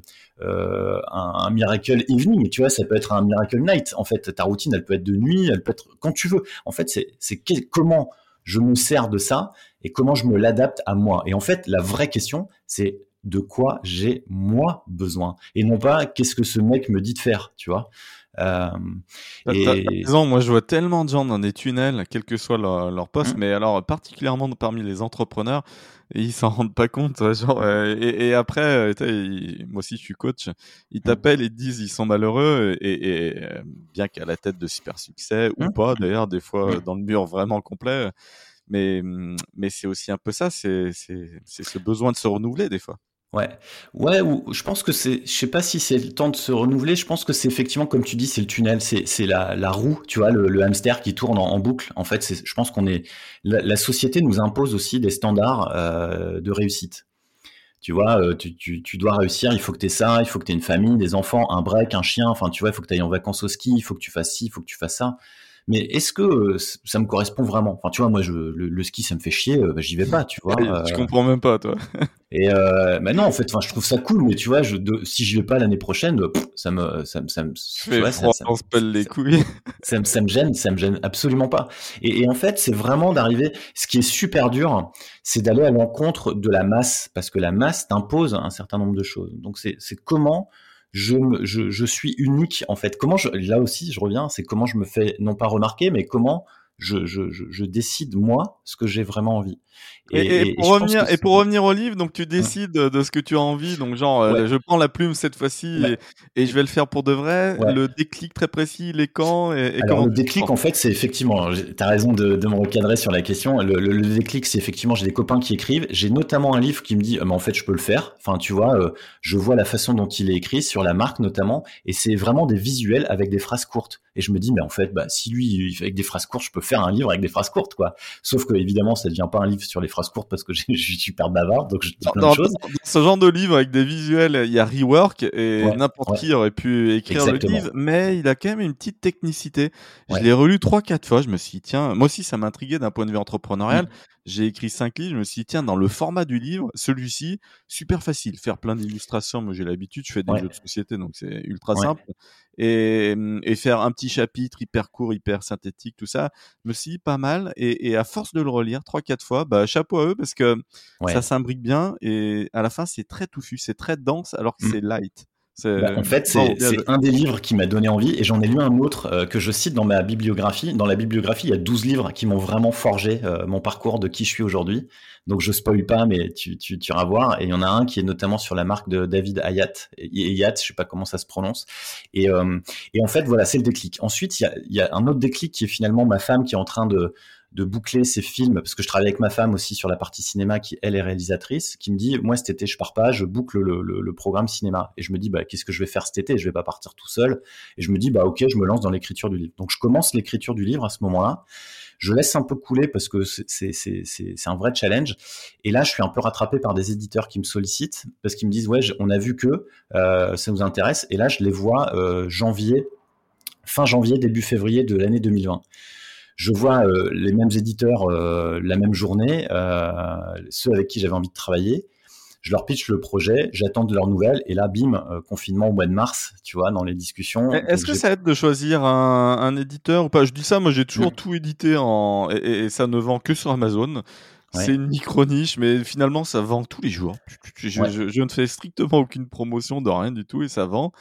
un, un Miracle Evening, tu vois, ça peut être un Miracle Night. En fait, ta routine, elle peut être de nuit, elle peut être quand tu veux. En fait, c'est c'est que, comment je me sers de ça et comment je me l'adapte à moi. Et en fait, la vraie question, c'est de quoi j'ai moi besoin et non pas qu'est-ce que ce mec me dit de faire, tu vois. Euh, et... T'as raison, moi je vois tellement de gens dans des tunnels, quel que soit leur, leur poste, mmh. mais alors particulièrement parmi les entrepreneurs, ils s'en rendent pas compte. Genre, euh, et, et après, ils, moi aussi je suis coach, ils t'appellent et te disent ils sont malheureux et, et, et bien qu'à la tête de super succès mmh. ou pas, d'ailleurs des fois dans le mur vraiment complet, mais mais c'est aussi un peu ça, c'est c'est c'est ce besoin de se renouveler des fois. Ouais, ouais, ou je pense que c'est, je sais pas si c'est le temps de se renouveler. Je pense que c'est effectivement, comme tu dis, c'est le tunnel, c'est c'est la la roue, tu vois, le, le hamster qui tourne en, en boucle. En fait, c'est, je pense qu'on est, la, la société nous impose aussi des standards euh, de réussite. Tu vois, euh, tu, tu tu dois réussir, il faut que t'aies ça, il faut que t'aies une famille, des enfants, un break, un chien. Enfin, tu vois, il faut que t'ailles en vacances au ski, il faut que tu fasses ci, il faut que tu fasses ça. Mais est-ce que euh, ça me correspond vraiment? Enfin, tu vois, moi, je, le, le ski, ça me fait chier, euh, bah, j'y vais pas, tu vois. Euh... Tu comprends même pas, toi. Et euh, bah non, en fait, enfin, je trouve ça cool, mais tu vois, je, de, si je vais pas l'année prochaine, pff, ça me, ça me, ça me, tu vois, froid, ça, ça, on se pèle les couilles. Ça, ça, ça me gêne, ça me gêne absolument pas. Et, et en fait, c'est vraiment d'arriver. Ce qui est super dur, c'est d'aller à l'encontre de la masse, parce que la masse t'impose un certain nombre de choses. Donc, c'est, c'est comment. Je, je, je suis unique en fait. Comment je, là aussi, je reviens, c'est comment je me fais non pas remarquer, mais comment je, je, je, je décide moi ce que j'ai vraiment envie. Et, et, et, pour, et, revenir, et pour revenir au livre, donc tu décides mmh. de ce que tu as envie. Donc genre, ouais. euh, je prends la plume cette fois-ci ouais. et, et je vais le faire pour de vrai. Ouais. Le déclic très précis, les quand et, et Alors comment le déclic, en fait, c'est effectivement. T'as raison de, de me recadrer sur la question. Le, le, le déclic, c'est effectivement, j'ai des copains qui écrivent. J'ai notamment un livre qui me dit, euh, mais en fait, je peux le faire. Enfin, tu vois, euh, je vois la façon dont il est écrit sur la marque notamment, et c'est vraiment des visuels avec des phrases courtes. Et je me dis, mais en fait, bah si lui il fait avec des phrases courtes, je peux faire un livre avec des phrases courtes, quoi. Sauf que évidemment, ça devient pas un livre sur les phrases courtes parce que je suis super bavard, donc je dis plein dans, de choses. Dans ce genre de livre avec des visuels, il y a Rework et ouais, n'importe ouais. qui aurait pu écrire Exactement. Le livre, mais il a quand même une petite technicité. Ouais. Je l'ai relu trois, quatre fois. Je me suis dit, tiens, moi aussi, ça m'intriguait d'un point de vue entrepreneurial. Mmh. J'ai écrit cinq livres. Je me suis dit, tiens, dans le format du livre, celui-ci, super facile. Faire plein d'illustrations. Moi, j'ai l'habitude. Je fais des ouais. jeux de société, donc c'est ultra ouais. simple. Et, et faire un petit chapitre hyper court, hyper synthétique, tout ça, me suis dit pas mal. Et, et à force de le relire trois, quatre fois, bah, chapeau à eux parce que ouais. ça s'imbrique bien. Et à la fin, c'est très touffu, c'est très dense alors que mmh. c'est light. Bah, en fait, c'est, bon, c'est un des livres qui m'a donné envie et j'en ai lu un autre euh, que je cite dans ma bibliographie. Dans la bibliographie, il y a douze livres qui m'ont vraiment forgé euh, mon parcours de qui je suis aujourd'hui. Donc, je spoil pas, mais tu, tu, tu iras voir. Et il y en a un qui est notamment sur la marque de David Hayat. Hayat, je sais pas comment ça se prononce. Et, euh, et en fait, voilà, c'est le déclic. Ensuite, il y a, il y a un autre déclic qui est finalement ma femme qui est en train de de boucler ses films, parce que je travaille avec ma femme aussi sur la partie cinéma, qui elle est réalisatrice, qui me dit, moi cet été je pars pas, je boucle le, le, le programme cinéma. Et je me dis, bah qu'est-ce que je vais faire cet été? Je vais pas partir tout seul. Et je me dis, bah ok, je me lance dans l'écriture du livre. Donc je commence l'écriture du livre à ce moment-là. Je laisse un peu couler parce que c'est, c'est, c'est, c'est, c'est un vrai challenge. Et là, je suis un peu rattrapé par des éditeurs qui me sollicitent parce qu'ils me disent, ouais, on a vu que euh, ça nous intéresse. Et là, je les vois euh, janvier, fin janvier, début février de l'année deux mille vingt. Je vois euh, les mêmes éditeurs euh, la même journée, euh, ceux avec qui j'avais envie de travailler. Je leur pitch le projet, j'attends de leurs nouvelles, et là, bim, euh, confinement au mois de mars, tu vois, dans les discussions. Est-ce que j'ai... ça aide de choisir un, un éditeur ou pas? Je dis ça, moi j'ai toujours mmh. tout édité en et, et, et ça ne vend que sur Amazon. Ouais. C'est une micro-niche, mais finalement, ça vend tous les jours. Je, ouais. je, je, je ne fais strictement aucune promotion de rien du tout et ça vend.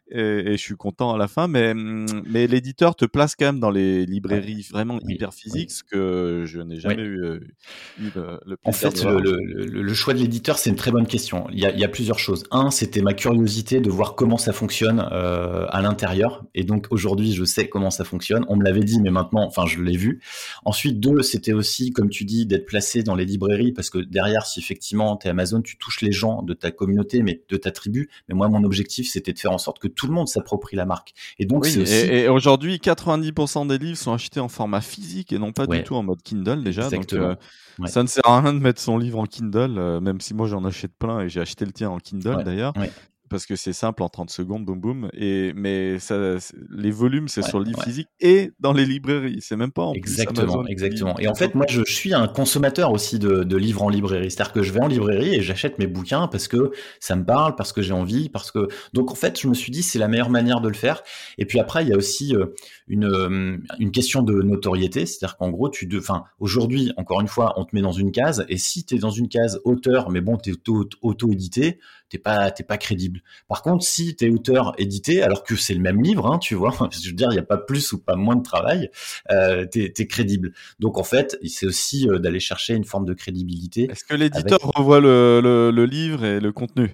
et, et je suis content à la fin. Mais, mais l'éditeur te place quand même dans les librairies Ouais. vraiment Oui, hyper physiques, oui. ce que je n'ai jamais Oui. eu, euh, eu le, le En plaisir de fait, le, voir. le, le, le choix de l'éditeur, c'est une très bonne question. Il y a, il y a plusieurs choses. Un, c'était ma curiosité de voir comment ça fonctionne euh, à l'intérieur. Et donc aujourd'hui, je sais comment ça fonctionne. On me l'avait dit, mais maintenant, enfin, je l'ai vu. Ensuite, deux, c'était aussi, comme tu dis, d'être placé dans les librairies, parce que derrière, si effectivement tu es Amazon, tu touches les gens de ta communauté, mais de ta tribu. Mais moi, mon objectif, c'était de faire en sorte que tout le monde s'approprie la marque. Et donc, Oui, c'est aussi, et, et aujourd'hui, quatre-vingt-dix pour cent des livres sont achetés en format physique et non pas du ouais, tout en mode Kindle déjà. Donc, euh, exactement. Ouais, ça ne sert à rien de mettre son livre en Kindle, euh, même si moi j'en achète plein et j'ai acheté le tien en Kindle ouais, d'ailleurs, ouais, parce que c'est simple en trente secondes, boum boum. Et, mais ça, c'est- les volumes, c'est ouais, sur le livre ouais. physique et dans les librairies. C'est même pas en plus Exactement, Amazon qui, exactement. Et qui en fait, moi, s'occupe. je suis un consommateur aussi de, de livres en librairie. C'est-à-dire que je vais en librairie et j'achète mes bouquins parce que ça me parle, parce que j'ai envie, parce que... Donc, en fait, je me suis dit, c'est la meilleure manière de le faire. Et puis après, il y a aussi euh, une, euh, une question de notoriété. C'est-à-dire qu'en gros, tu... De... Enfin, aujourd'hui, encore une fois, on te met dans une case. Et si tu es dans une case auteur, mais bon, tu es auto-édité, t'es pas, t'es pas crédible. Par contre, si tu es auteur édité, alors que c'est le même livre, hein, tu vois, je veux dire, il n'y a pas plus ou pas moins de travail, euh, t'es, t'es crédible. Donc en fait, c'est aussi euh, d'aller chercher une forme de crédibilité Est-ce que l'éditeur avec. revoit le, le, le livre et le contenu?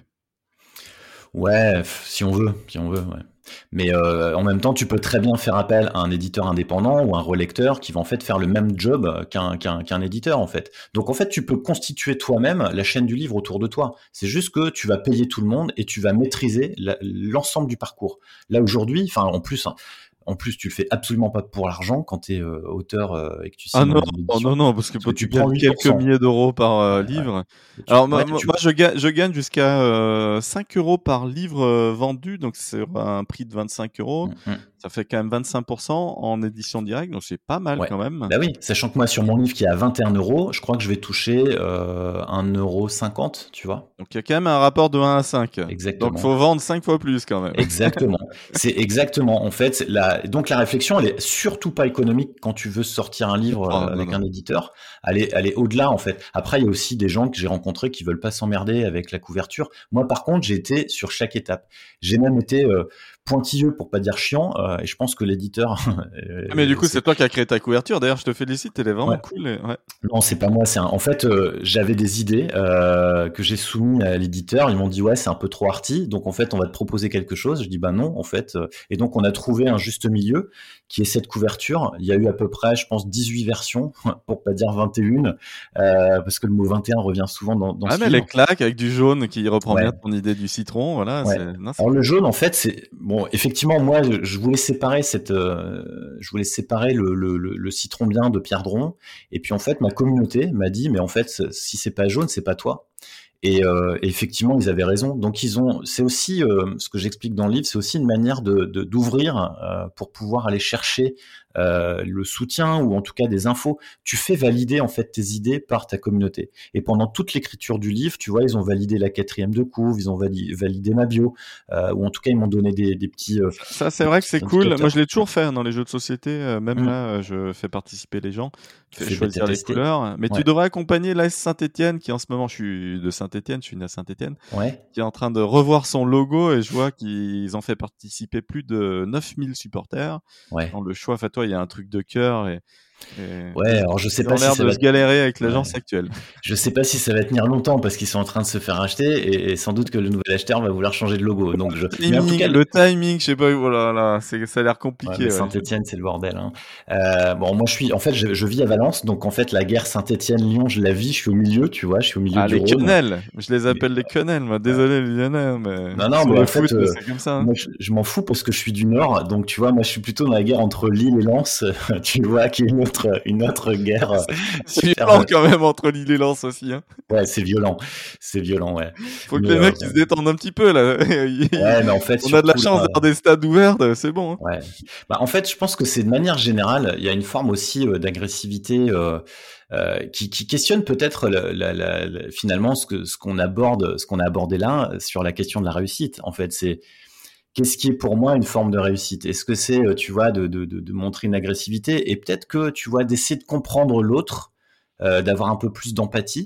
Ouais, f- si on veut, si on veut, ouais. Mais euh, en même temps, tu peux très bien faire appel à un éditeur indépendant ou un relecteur qui va en fait faire le même job qu'un, qu'un, qu'un éditeur en fait. Donc en fait, tu peux constituer toi-même la chaîne du livre autour de toi. C'est juste que tu vas payer tout le monde et tu vas maîtriser la- l'ensemble du parcours. Là aujourd'hui, enfin en plus, hein, en plus, tu le fais absolument pas pour l'argent quand tu es euh, auteur euh, et que tu Ah signes en non, maison non, d'édition, non, parce que parce que quand tu tu prends gagnes huit pour quelques cent. milliers d'euros par euh, Ouais, ouais. livre. Et tu, Alors, moi, ouais, moi, tu, moi, je gagne, je gagne jusqu'à euh, cinq euros par livre euh, vendu, donc c'est un prix de vingt-cinq euros. hum, hum. Ça fait quand même vingt-cinq pour cent en édition directe, donc c'est pas mal Ouais. quand même. Bah oui, sachant que moi, sur mon livre qui est à vingt et un euros, je crois que je vais toucher euh, un euro cinquante, tu vois. Donc il y a quand même un rapport de un à cinq. Donc Exactement. faut vendre cinq fois plus quand même. Exactement. C'est exactement. En fait, la, donc la réflexion, elle est surtout pas économique quand tu veux sortir un livre Oh, euh, non, avec non. un éditeur. Elle est, elle est au-delà, en fait. Après, il y a aussi des gens que j'ai rencontrés qui veulent pas s'emmerder avec la couverture. Moi, par contre, j'ai été sur chaque étape. J'ai même été euh, pointilleux pour pas dire chiant, euh, et je pense que l'éditeur, Ah, mais du euh, coup, c'est c'est, toi qui as créé ta couverture. D'ailleurs, je te félicite, elle est ouais. vraiment cool. et- Ouais. Non, c'est pas moi. C'est un... En fait, euh, j'avais des idées euh, que j'ai soumises à l'éditeur. Ils m'ont dit ouais, c'est un peu trop arty. Donc en fait, on va te proposer quelque chose. Je dis bah non, en fait. euh, Et donc on a trouvé un juste milieu qui est cette couverture. Il y a eu à peu près, je pense, dix-huit versions, pour pas dire vingt et un, euh, parce que le mot vingt et un revient souvent dans, dans Ah, ce mais les livre. claques avec du jaune qui reprend bien Ouais. ton idée du citron. Voilà, Ouais. c'est, non, c'est Alors le cool. jaune, en fait, c'est bon. Effectivement, moi, je je voulais séparer cette, euh, je voulais séparer le, le, le, le citron bien de Pierre Dron. Et puis en fait, ma communauté m'a dit, mais en fait, si c'est pas jaune, c'est pas toi. Et, euh, et effectivement, ils avaient raison. Donc ils ont, c'est aussi euh, ce que j'explique dans le livre, c'est aussi une manière de, de- d'ouvrir euh, pour pouvoir aller chercher euh, le soutien ou en tout cas des infos. Tu fais valider en fait tes idées par ta communauté. Et pendant toute l'écriture du livre, tu vois, ils ont validé la quatrième de couve, ils ont vali- validé ma bio, euh, ou en tout cas ils m'ont donné des, des petits, euh, Ça, ça, c'est des vrai que c'est petits cool. Moi, indicateurs. je l'ai toujours fait hein, dans les jeux de société. euh, même Hum, là, euh, je fais participer les gens, Tu fais fais bêta choisir les tester. couleurs. Mais tu Ouais, devrais accompagner l'A S Saint-Étienne, qui en ce moment, je suis de Saint-Étienne, je suis né à Saint-Étienne, ouais. qui est en train de revoir son logo et je vois qu'ils ont fait participer plus de neuf mille supporters. Ouais. Dans le choix, enfin, toi, il y a un truc de cœur et, et Ouais, ils, alors je sais ils ont pas si l'air ça de va. se galérer avec Ouais. l'agence actuelle. Je sais pas si ça va tenir longtemps parce qu'ils sont en train de se faire acheter et, et sans doute que le nouvel acheteur va vouloir changer de logo. Donc je, mais en tout Timing, cas, le timing, je sais pas, voilà, là, c'est, ça a l'air ouais, mais compliqué. Ouais. Saint-Étienne, c'est le bordel. Hein. Euh, bon, moi, je suis, en fait, je, je vis à Valence, donc en fait, la guerre Saint-Étienne-Lyon, je la vis. Je suis au milieu, tu vois, je suis au milieu Ah, du les Rhône. quenelles, je les Mais, appelle les quenelles, moi. ouais. Désolé, les Lyonnais, mais Non, non, sur mais le en foot, fait, euh, c'est comme ça. Hein. moi, je, je m'en fous parce que je suis du Nord, donc tu vois, moi, je suis plutôt dans la guerre entre Lille et Lens, tu vois, qui est une autre, une autre guerre euh, C'est super. violent quand même entre Lille et Lens aussi. Hein. Ouais, c'est violent, c'est violent, ouais. Faut que Mais les euh, mecs ils se détendent un petit peu là. ouais, mais en fait, On a de la surtout chance là. d'avoir des stades ouverts, c'est bon. Hein. Ouais. Bah, en fait, je pense que c'est de manière générale, il y a une forme aussi euh, d'agressivité euh, euh, qui, qui questionne peut-être la- la- la- la- finalement ce que ce qu'on aborde, ce qu'on a abordé là euh, sur la question de la réussite. En fait, c'est qu'est-ce qui est pour moi une forme de réussite? Est-ce que c'est, euh, tu vois, de, de, de, de montrer une agressivité et peut-être que tu vois d'essayer de comprendre l'autre, euh, d'avoir un peu plus d'empathie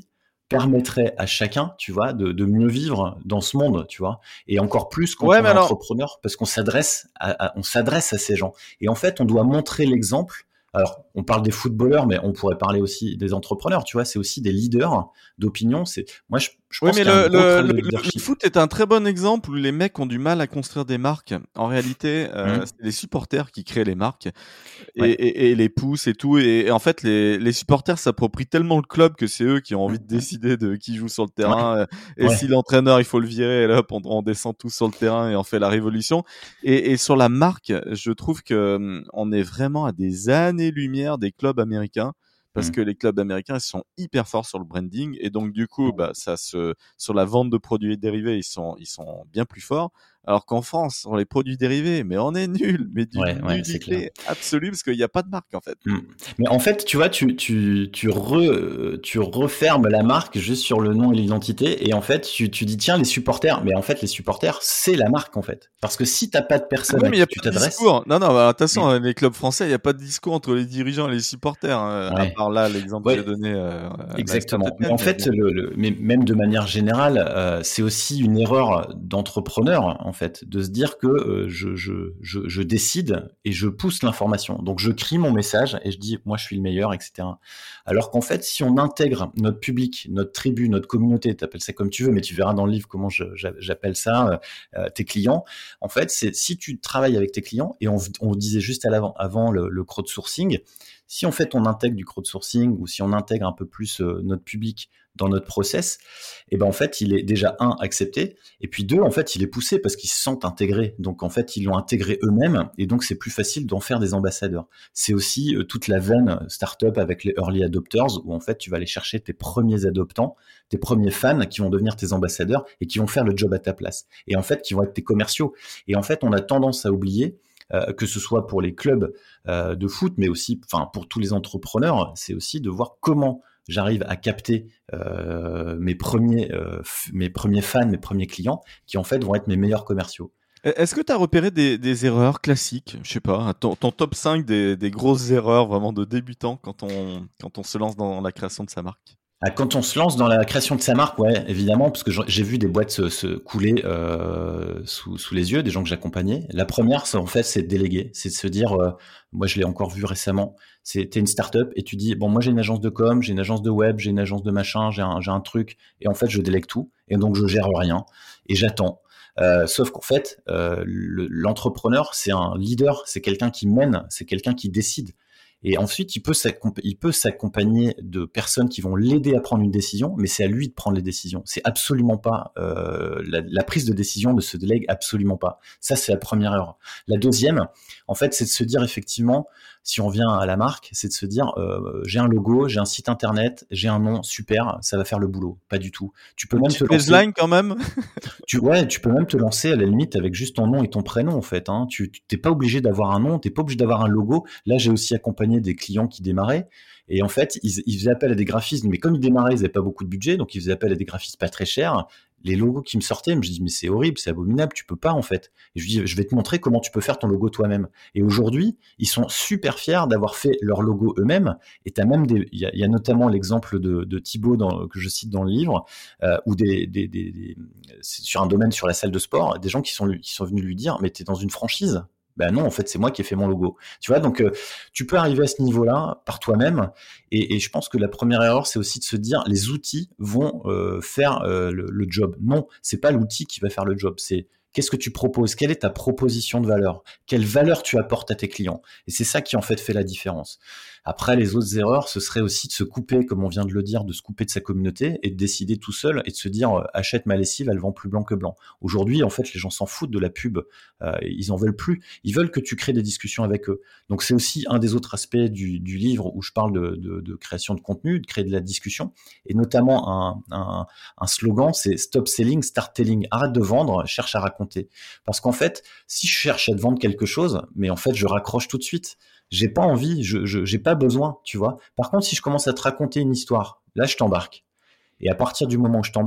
permettrait à chacun, tu vois, de, de mieux vivre dans ce monde, tu vois, et encore plus quand Ouais, on mais est alors, entrepreneur, parce qu'on s'adresse à, à- on s'adresse à ces gens. Et en fait, on doit montrer l'exemple. Alors, on parle des footballeurs, mais on pourrait parler aussi des entrepreneurs, tu vois, c'est aussi des leaders d'opinion. C'est, moi, je, je oui, pense mais qu'il y a un le, gros le, travail le, de le- le leadership. foot est un très bon exemple où les mecs ont du mal à construire des marques. En réalité, euh, Hum, c'est les supporters qui créent les marques et, Ouais, et, et les poussent et tout. Et, et en fait, les, les supporters s'approprient tellement le club que c'est eux qui ont envie de décider de qui joue sur le ouais, terrain. euh, Et ouais. si l'entraîneur, il faut le virer, et là, hop, on, on descend tous sur le terrain et on fait la révolution. Et, et sur la marque, je trouve que hum, on est vraiment à des années-lumière des clubs américains. Parce Hum. que les clubs américains ils sont hyper forts sur le branding et donc du coup bah ça se sur la vente de produits dérivés ils sont ils sont bien plus forts alors qu'en France sur les produits dérivés mais on est nul mais d'une Ouais, ouais, c'est clair. nullité absolue parce qu'il n'y a pas de marque en fait. Mm. Mais en fait, tu vois, tu, tu, tu, re, tu refermes la marque juste sur le nom et l'identité. Et en fait, tu, tu dis, tiens, les supporters. Mais en fait, les supporters, c'est la marque, en fait. Parce que si t'as pas de personne Oui à mais il n'y qui a tu pas de t'adresses, discours. Non non bah, attention mais, hein, les clubs français il n'y a pas de discours entre les dirigeants et les supporters hein, à ouais, part là l'exemple que j'ai ouais, donné euh, la exactement. Mais Saint-Étienne en mais fait, bon. le, le, mais même de manière générale, euh, c'est aussi une erreur d'entrepreneur, en fait, de se dire que euh, je, je, je, je décide et je pousse l'information. Donc, je crie mon message et je dis, moi, je suis le meilleur, et cetera. Alors qu'en fait, si on intègre notre public, notre tribu, notre communauté, t'appelles ça comme tu veux, mais tu verras dans le livre comment je, j'appelle ça, euh, tes clients. En fait, c'est si tu travailles avec tes clients, et on, on disait juste à l'avant, avant le, le crowdsourcing, si en fait on intègre du crowdsourcing ou si on intègre un peu plus euh, notre public dans notre process, et ben en fait il est déjà un accepté et puis deux en fait il est poussé parce qu'ils se sentent intégrés. Donc en fait ils l'ont intégré eux-mêmes et donc c'est plus facile d'en faire des ambassadeurs. C'est aussi euh, toute la veine startup avec les early adopters où en fait tu vas aller chercher tes premiers adoptants, tes premiers fans qui vont devenir tes ambassadeurs et qui vont faire le job à ta place et en fait qui vont être tes commerciaux. Et en fait on a tendance à oublier euh, que ce soit pour les clubs euh, de foot, mais aussi, enfin, pour tous les entrepreneurs, c'est aussi de voir comment j'arrive à capter euh, mes premiers, euh, f- mes premiers fans, mes premiers clients, qui en fait vont être mes meilleurs commerciaux. Est-ce que tu as repéré des, des erreurs classiques, je sais pas, ton, ton top cinq des, des grosses erreurs vraiment de débutants quand on, quand on se lance dans la création de sa marque? Ah, quand on se lance dans la création de sa marque, ouais, évidemment, parce que j'en- j'ai vu des boîtes se, se couler euh, sous, sous les yeux, des gens que j'accompagnais. La première, c'est en fait, c'est de déléguer, c'est de se dire, euh, moi je l'ai encore vu récemment, c'est t'es une startup et tu dis, bon, moi j'ai une agence de com, j'ai une agence de web, j'ai une agence de machin, j'ai un, j'ai un truc, et en fait je délègue tout, et donc je gère rien, et j'attends. Euh, sauf qu'en fait, euh, le- l'entrepreneur, c'est un leader, c'est quelqu'un qui mène, c'est quelqu'un qui décide. Et ensuite, il peut s'accomp- il peut s'accompagner de personnes qui vont l'aider à prendre une décision, mais c'est à lui de prendre les décisions. C'est absolument pas euh, la, la prise de décision ne se délègue absolument pas. Ça, c'est la première erreur. La deuxième, en fait, c'est de se dire effectivement, si on vient à la marque, c'est de se dire, euh, j'ai un logo, j'ai un site internet, j'ai un nom, super, ça va faire le boulot. Pas du tout. Tu peux Une même te petite lancer. baseline quand même? Tu, ouais, tu peux même te lancer à la limite avec juste ton nom et ton prénom en fait. Hein. Tu t'es pas obligé d'avoir un nom, t'es pas obligé d'avoir un logo. Là, j'ai aussi accompagné des clients qui démarraient et en fait, ils, ils faisaient appel à des graphistes, mais comme ils démarraient, ils avaient pas beaucoup de budget, donc ils faisaient appel à des graphistes pas très chers. Les logos qui me sortaient, je me dis mais c'est horrible, c'est abominable, tu peux pas en fait. Et je dis je vais te montrer comment tu peux faire ton logo toi-même. Et aujourd'hui, ils sont super fiers d'avoir fait leur logo eux-mêmes. Et t'as même des, il y a, il y a notamment l'exemple de, de Thibaut dans, que je cite dans le livre, euh, ou des, des, des, des sur un domaine sur la salle de sport, des gens qui sont qui sont venus lui dire mais t'es dans une franchise. Ben non, en fait, c'est moi qui ai fait mon logo. Tu vois, donc euh, tu peux arriver à ce niveau-là par toi-même. Et, et je pense que la première erreur, c'est aussi de se dire les outils vont euh, faire euh, le, le job. Non, c'est pas l'outil qui va faire le job. C'est qu'est-ce que tu proposes, quelle est ta proposition de valeur, quelle valeur tu apportes à tes clients. Et c'est ça qui en fait fait la différence. Après, les autres erreurs, ce serait aussi de se couper, comme on vient de le dire, de se couper de sa communauté et de décider tout seul et de se dire euh, achète ma lessive, elle vend plus blanc que blanc. Aujourd'hui, en fait, les gens s'en foutent de la pub, euh, ils en veulent plus. Ils veulent que tu crées des discussions avec eux. Donc c'est aussi un des autres aspects du, du livre où je parle de, de, de création de contenu, de créer de la discussion, et notamment un, un, un slogan, c'est stop selling, start telling. Arrête de vendre, cherche à raconter. Parce qu'en fait, si je cherche à te vendre quelque chose, mais en fait je raccroche tout de suite. J'ai pas envie, je, je j'ai pas besoin, tu vois. Par contre, si je commence à te raconter une histoire, là je t'embarque. Et à partir du moment où je t'embarque,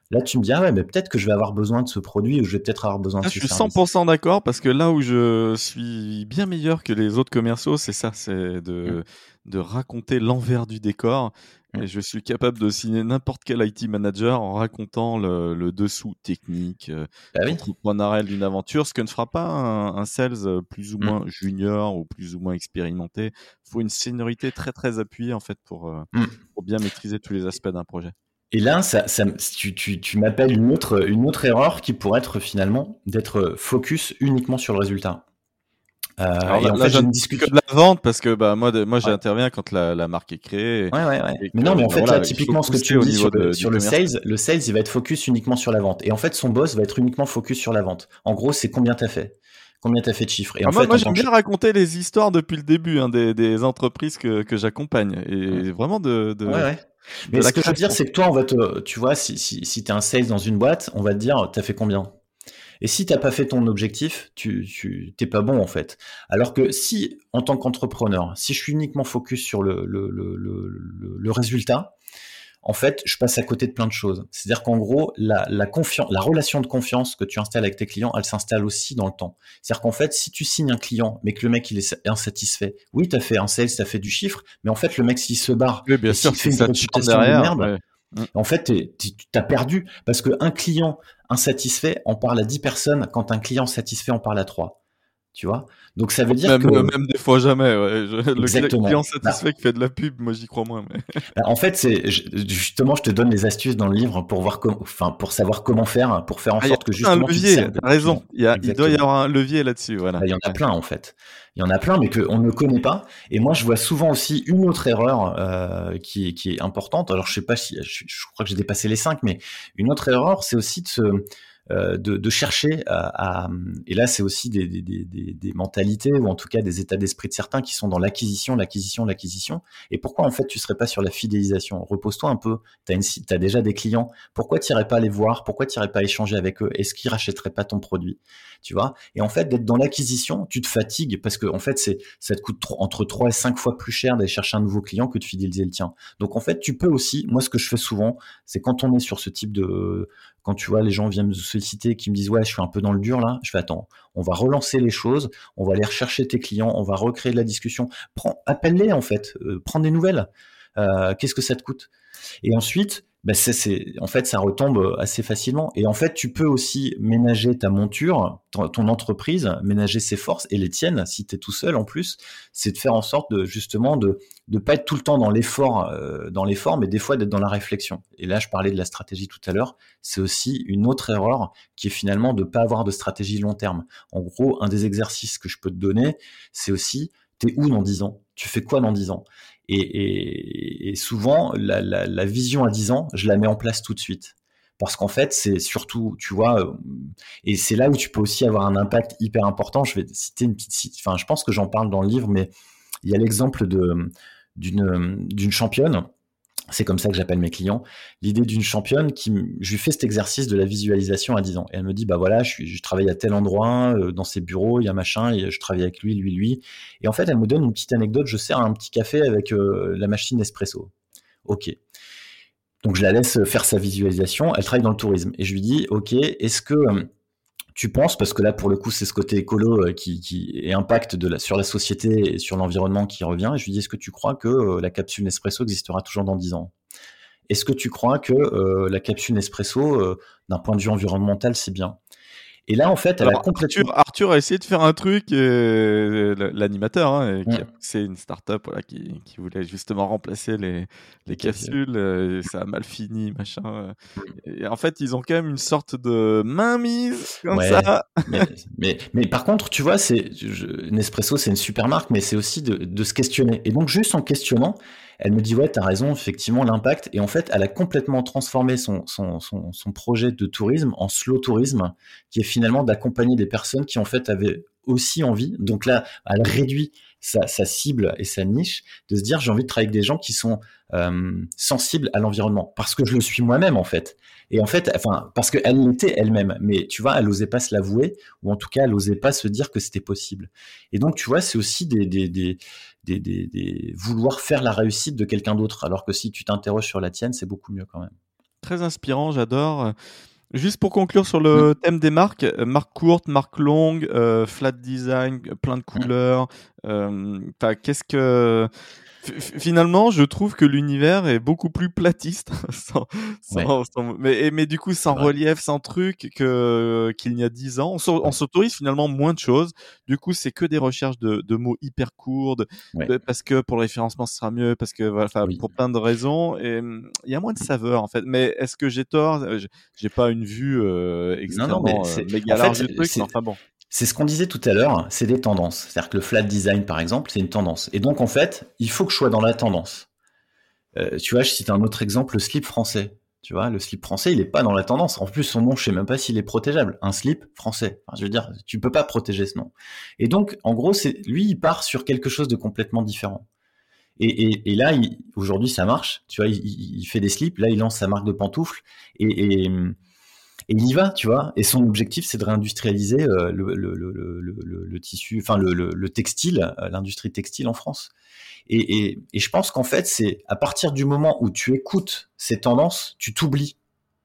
Là, tu me dis, ah ouais, mais peut-être que je vais avoir besoin de ce produit ou je vais peut-être avoir besoin de Là, ce je suis service. cent pour cent d'accord parce que là où je suis bien meilleur que les autres commerciaux, c'est ça, c'est de, Mmh. de raconter l'envers du décor. Mmh. Et je suis capable de signer n'importe quel I T manager en racontant le, le dessous technique, euh, Bah oui. entrepreneurial d'une aventure, ce que ne fera pas un, un sales euh, plus ou Mmh. moins junior ou plus ou moins expérimenté. Il faut une seniorité très très appuyée en fait pour, euh, Mmh. pour bien maîtriser tous les aspects d'un projet. Et là, ça, ça, tu, tu, tu m'appelles une autre, une autre erreur qui pourrait être finalement d'être focus uniquement sur le résultat. Euh, Alors et là, en là fait, je j'ai ne une parle que discussion. de la vente parce que bah, moi, de, moi Ouais. j'interviens quand la, la marque est créée et, Ouais, ouais, ouais. et Mais non, que mais en bah, fait, voilà, là, il faut typiquement, ce que tu booster me au dis sur niveau le, de, sur du le commercial. sales, le sales, il va être focus uniquement sur la vente. Et en fait, son boss va être uniquement focus sur la vente. En gros, c'est combien t'as fait. Combien t'as fait de chiffres. Et Ah, en moi, fait, moi en tant j'aime que... bien raconter les histoires depuis le début hein, des, des entreprises que, que j'accompagne et Mmh. vraiment de, Ouais, de, ouais. de Mais la ce que je veux dire, création. c'est que toi, on va te, tu vois, si, si, si t'es un sales dans une boîte, on va te dire, t'as fait combien? Et si t'as pas fait ton objectif, tu, tu, t'es pas bon, en fait. Alors que si, en tant qu'entrepreneur, si je suis uniquement focus sur le, le, le, le, le, le résultat, en fait, je passe à côté de plein de choses. C'est-à-dire qu'en gros, la, la confiance, la relation de confiance que tu installes avec tes clients, elle s'installe aussi dans le temps. C'est-à-dire qu'en fait, si tu signes un client, mais que le mec il est insatisfait, oui, t'as fait un sales, t'as fait du chiffre, mais en fait, le mec s'il se barre Oui, bien et sûr, s'il si fait une ça te chante réputation de derrière. merde, Ouais. Mm. en fait, t'es, t'es, t'as perdu parce qu'un client insatisfait en parle à dix personnes, quand un client satisfait en parle à trois. Tu vois? Donc ça veut dire Même, que même des fois jamais. Ouais. Je- le cli- client exactement. Bah, satisfait qui fait de la pub, moi j'y crois moins. Mais... Bah, en fait, c'est je- justement, je te donne les astuces dans le livre pour voir comment, enfin, pour savoir comment faire, pour faire en Ah, il y a sorte que tout un justement tu te levier, serves de t'as tes raison. clients. Il, y a, il doit y Exactement. avoir un levier là-dessus. Voilà. Bah, il y en a Ouais. plein en fait. Il y en a plein, mais qu'on ne connaît pas. Et moi, je vois souvent aussi une autre erreur euh, qui, est, qui est importante. Alors, je sais pas si, je, je crois que j'ai dépassé les cinq, mais une autre erreur, c'est aussi de se euh, de, de chercher à, à et là c'est aussi des, des, des, des mentalités ou en tout cas des états d'esprit de certains qui sont dans l'acquisition, l'acquisition, l'acquisition. Et pourquoi en fait tu serais pas sur la fidélisation? Repose-toi un peu. T'as une, t'as déjà des clients. Pourquoi tu irais pas les voir? Pourquoi tu irais pas échanger avec eux? Est-ce qu'ils rachèteraient pas ton produit? Tu vois? Et en fait d'être dans l'acquisition, tu te fatigues parce que en fait c'est ça te coûte trop, entre trois et cinq fois plus cher d'aller chercher un nouveau client que de fidéliser le tien. Donc en fait tu peux aussi, moi ce que je fais souvent, c'est quand on est sur ce type de quand tu vois les gens viennent me solliciter qui me disent ouais je suis un peu dans le dur là, je fais attends, on va relancer les choses, on va aller rechercher tes clients, on va recréer de la discussion, prends, appelle-les en fait, euh, prends des nouvelles, euh, qu'est-ce que ça te coûte? Et ensuite bah c'est, c'est, en fait, ça retombe assez facilement. Et en fait, tu peux aussi ménager ta monture, ton, ton entreprise, ménager ses forces et les tiennes, si tu es tout seul en plus, c'est de faire en sorte de justement de de pas être tout le temps dans l'effort, euh, dans l'effort, mais des fois d'être dans la réflexion. Et là, je parlais de la stratégie tout à l'heure. C'est aussi une autre erreur qui est finalement de pas avoir de stratégie long terme. En gros, un des exercices que je peux te donner, c'est aussi t'es où dans dix ans? Tu fais quoi dans dix ans? Et, et, et souvent, la, la, la vision à dix ans, je la mets en place tout de suite. Parce qu'en fait, c'est surtout, tu vois, et c'est là où tu peux aussi avoir un impact hyper important. Je vais citer une petite, enfin, je pense que j'en parle dans le livre, mais il y a l'exemple de d'une d'une championne. C'est comme ça que j'appelle mes clients. L'idée d'une championne qui, je lui fais cet exercice de la visualisation à dix ans. Et elle me dit, bah voilà, je, suis, je travaille à tel endroit, euh, dans ses bureaux, il y a machin, et je travaille avec lui, lui, lui. Et en fait, elle me donne une petite anecdote. Je sers un petit café avec euh, la machine Nespresso. Ok. Donc je la laisse faire sa visualisation. Elle travaille dans le tourisme. Et je lui dis, ok, est-ce que euh, tu penses, parce que là pour le coup c'est ce côté écolo euh, qui, qui et impact de la, sur la société et sur l'environnement qui revient, et je lui dis est-ce que tu crois que euh, la capsule Nespresso existera toujours dans dix ans? Est-ce que tu crois que euh, la capsule Nespresso, euh, d'un point de vue environnemental, c'est bien? Et là en fait elle a Alors Arthur, complètement... Arthur a essayé de faire un truc, euh, l'animateur, hein, et qui a Mmh. poussé une start-up voilà, qui, qui voulait justement remplacer les, les, Les capsules. capsules, euh, et ça a mal fini, machin. euh. Mmh. Et en fait, ils ont quand même une sorte de mainmise comme Ouais, ça. mais, mais, mais par contre, tu vois, c'est, je, Nespresso, c'est une super marque, mais c'est aussi de, de se questionner. Et donc, juste en questionnant, elle me dit, ouais, t'as raison, effectivement, l'impact. Et en fait, elle a complètement transformé son, son, son, son projet de tourisme en slow tourisme, qui est finalement d'accompagner des personnes qui, en fait, avaient aussi envie. Donc là, elle réduit sa, sa cible et sa niche, de se dire, j'ai envie de travailler avec des gens qui sont euh, sensibles à l'environnement. Parce que je le suis moi-même, en fait. Et en fait, enfin, parce qu'elle l'était elle-même, mais tu vois, elle n'osait pas se l'avouer, ou en tout cas, elle n'osait pas se dire que c'était possible. Et donc, tu vois, c'est aussi des, des, des, des, des, des vouloir faire la réussite de quelqu'un d'autre, alors que si tu t'interroges sur la tienne, c'est beaucoup mieux quand même. très inspirant, j'adore. Juste pour conclure sur le mmh. thème des marques, marques courtes, marques longues, euh, flat design, plein de couleurs. Euh, qu'est-ce que F- Finalement, je trouve que l'univers est beaucoup plus platiste, sans, sans, ouais. sans, mais, mais du coup sans relief, sans truc que qu'il y a dix ans. On, on s'autorise finalement moins de choses. Du coup, c'est que des recherches de, de mots hyper courts, de, ouais. de, parce que pour le référencement, ce sera mieux, parce que voilà, oui. pour plein de raisons. Et il y a moins de saveur en fait. Mais est-ce que j'ai tort? J'ai pas une vue euh, extrêmement non, non, euh, méga large du truc, mais enfin bon. C'est ce qu'on disait tout à l'heure, c'est des tendances. C'est-à-dire que le flat design, par exemple, c'est une tendance. Et donc, en fait, il faut que je sois dans la tendance. Euh, tu vois, je cite un autre exemple, le slip français. Tu vois, le slip français, il n'est pas dans la tendance. En plus, son nom, je sais même pas s'il est protégeable. Un slip français. Enfin, je veux dire, tu peux pas protéger ce nom. Et donc, en gros, c'est lui, il part sur quelque chose de complètement différent. Et, et, et là, il, aujourd'hui, ça marche. Tu vois, il, il fait des slips. Là, il lance sa marque de pantoufles. Et, et Et il y va, tu vois. Et son objectif, c'est de réindustrialiser euh, le, le, le, le, le, le tissu, enfin le, le, le textile, euh, l'industrie textile en France. Et, et, et je pense qu'en fait, c'est à partir du moment où tu écoutes ces tendances, tu t'oublies.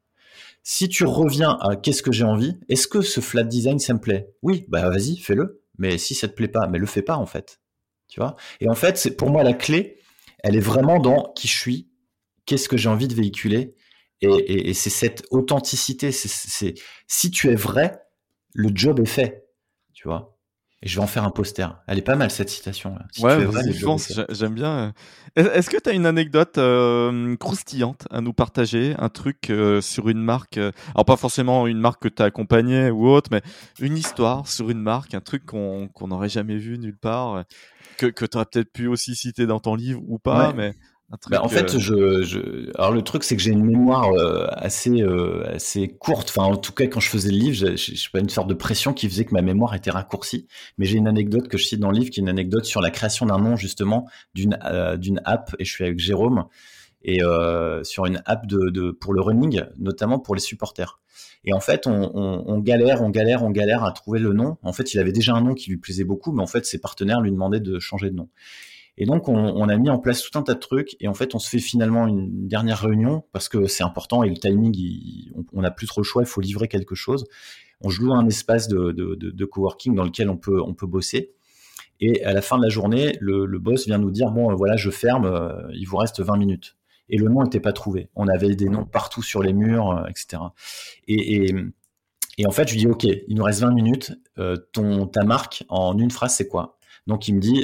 Si tu reviens à qu'est-ce que j'ai envie, est-ce que ce flat design, ça me plaît? Oui, bah vas-y, fais-le. Mais si ça te plaît pas, mais le fais pas en fait. Tu vois. Et en fait, c'est pour moi la clé, elle est vraiment dans qui je suis, qu'est-ce que j'ai envie de véhiculer. Et, et, et c'est cette authenticité. C'est, c'est, si tu es vrai, le job est fait, tu vois. Et je vais en faire un poster. Elle est pas mal cette citation. Là. Si ouais, tu es vrai, le je pense, j'aime bien. Est-ce que tu as une anecdote euh, croustillante à nous partager, un truc euh, sur une marque, euh, alors pas forcément une marque que tu as accompagnée ou autre, mais une histoire sur une marque, un truc qu'on qu'on n'aurait jamais vu nulle part, que que tu aurais peut-être pu aussi citer dans ton livre ou pas, ouais. mais un truc, bah, en fait, euh... je, je, alors le truc, c'est que j'ai une mémoire euh, assez, euh, assez courte. Enfin, en tout cas, quand je faisais le livre, je, je, je sais pas, une sorte de pression qui faisait que ma mémoire était raccourcie. Mais j'ai une anecdote que je cite dans le livre, qui est une anecdote sur la création d'un nom justement d'une euh, d'une app. Et je suis avec Jérôme et euh, sur une app de, de pour le running, notamment pour les supporters. Et en fait, on, on, on galère, on galère, on galère à trouver le nom. En fait, il avait déjà un nom qui lui plaisait beaucoup, mais en fait, ses partenaires lui demandaient de changer de nom. Et donc, on, on a mis en place tout un tas de trucs. Et en fait, on se fait finalement une dernière réunion parce que c'est important et le timing, il, on n'a plus trop le choix. Il faut livrer quelque chose. On joue un espace de, de, de, de coworking dans lequel on peut, on peut bosser. Et à la fin de la journée, le, le boss vient nous dire, bon, voilà, je ferme, euh, il vous reste vingt minutes. Et le nom n'était pas trouvé. On avait des noms partout sur les murs, euh, et cetera. Et, et, et en fait, je lui dis, OK, il nous reste vingt minutes. Euh, ton, ta marque, en une phrase, c'est quoi? Donc, il me dit,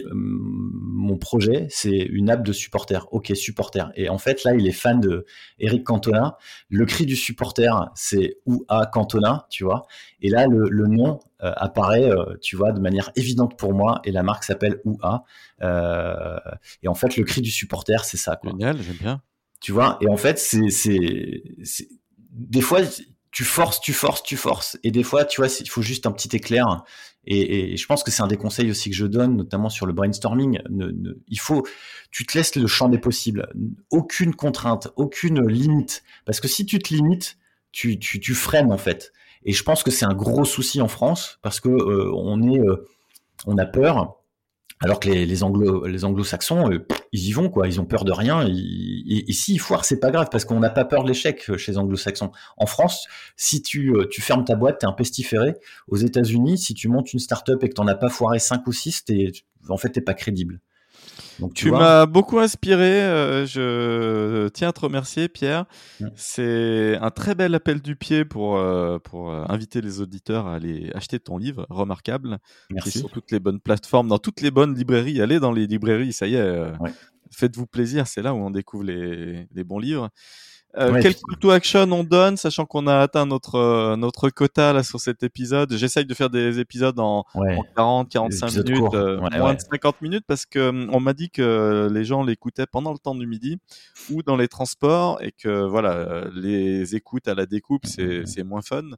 mon projet, c'est une app de supporter. OK, supporter. Et en fait, là, il est fan de Eric Cantona. Le cri du supporter, c'est ou à Cantona, tu vois. Et là, le, le nom euh, apparaît, euh, tu vois, de manière évidente pour moi. Et la marque s'appelle ou à. Euh, et en fait, le cri du supporter, c'est ça, quoi. Génial, j'aime bien. Tu vois. Et en fait, c'est, c'est, c'est... des fois, tu forces, tu forces, tu forces. Et des fois, tu vois, il faut juste un petit éclair. Et, et je pense que c'est un des conseils aussi que je donne, notamment sur le brainstorming. Ne, ne, il faut, tu te laisses le champ des possibles. Aucune contrainte, aucune limite. Parce que si tu te limites, tu, tu, tu freines en fait. Et je pense que c'est un gros souci en France parce que euh, on est, euh, on a peur. Alors que les, les, anglo, les anglo-saxons, euh, ils y vont, quoi. Ils ont peur de rien. Ils, et, et s'ils foirent, c'est pas grave parce qu'on n'a pas peur de l'échec chez les anglo-saxons. En France, si tu, tu fermes ta boîte, t'es un pestiféré. Aux États-Unis, si tu montes une start-up et que t'en as pas foiré cinq ou six, t'es, en fait, t'es pas crédible. Donc, tu tu m'as beaucoup inspiré. Euh, je tiens à te remercier, Pierre. Mmh. C'est un très bel appel du pied pour, euh, pour euh, inviter les auditeurs à aller acheter ton livre, remarquable. Merci. Qui est sur toutes les bonnes plateformes, dans toutes les bonnes librairies. Allez dans les librairies, ça y est. Euh, ouais. Faites-vous plaisir, c'est là où on découvre les, les bons livres. Euh, ouais, quel puis... call to action on donne, sachant qu'on a atteint notre euh, notre quota là sur cet épisode. J'essaye de faire des épisodes en, ouais. en quarante, quarante-cinq minutes, euh, ouais, moins ouais. de cinquante minutes, parce que on m'a dit que les gens l'écoutaient pendant le temps du midi ou dans les transports et que voilà, les écoutes à la découpe c'est c'est moins fun.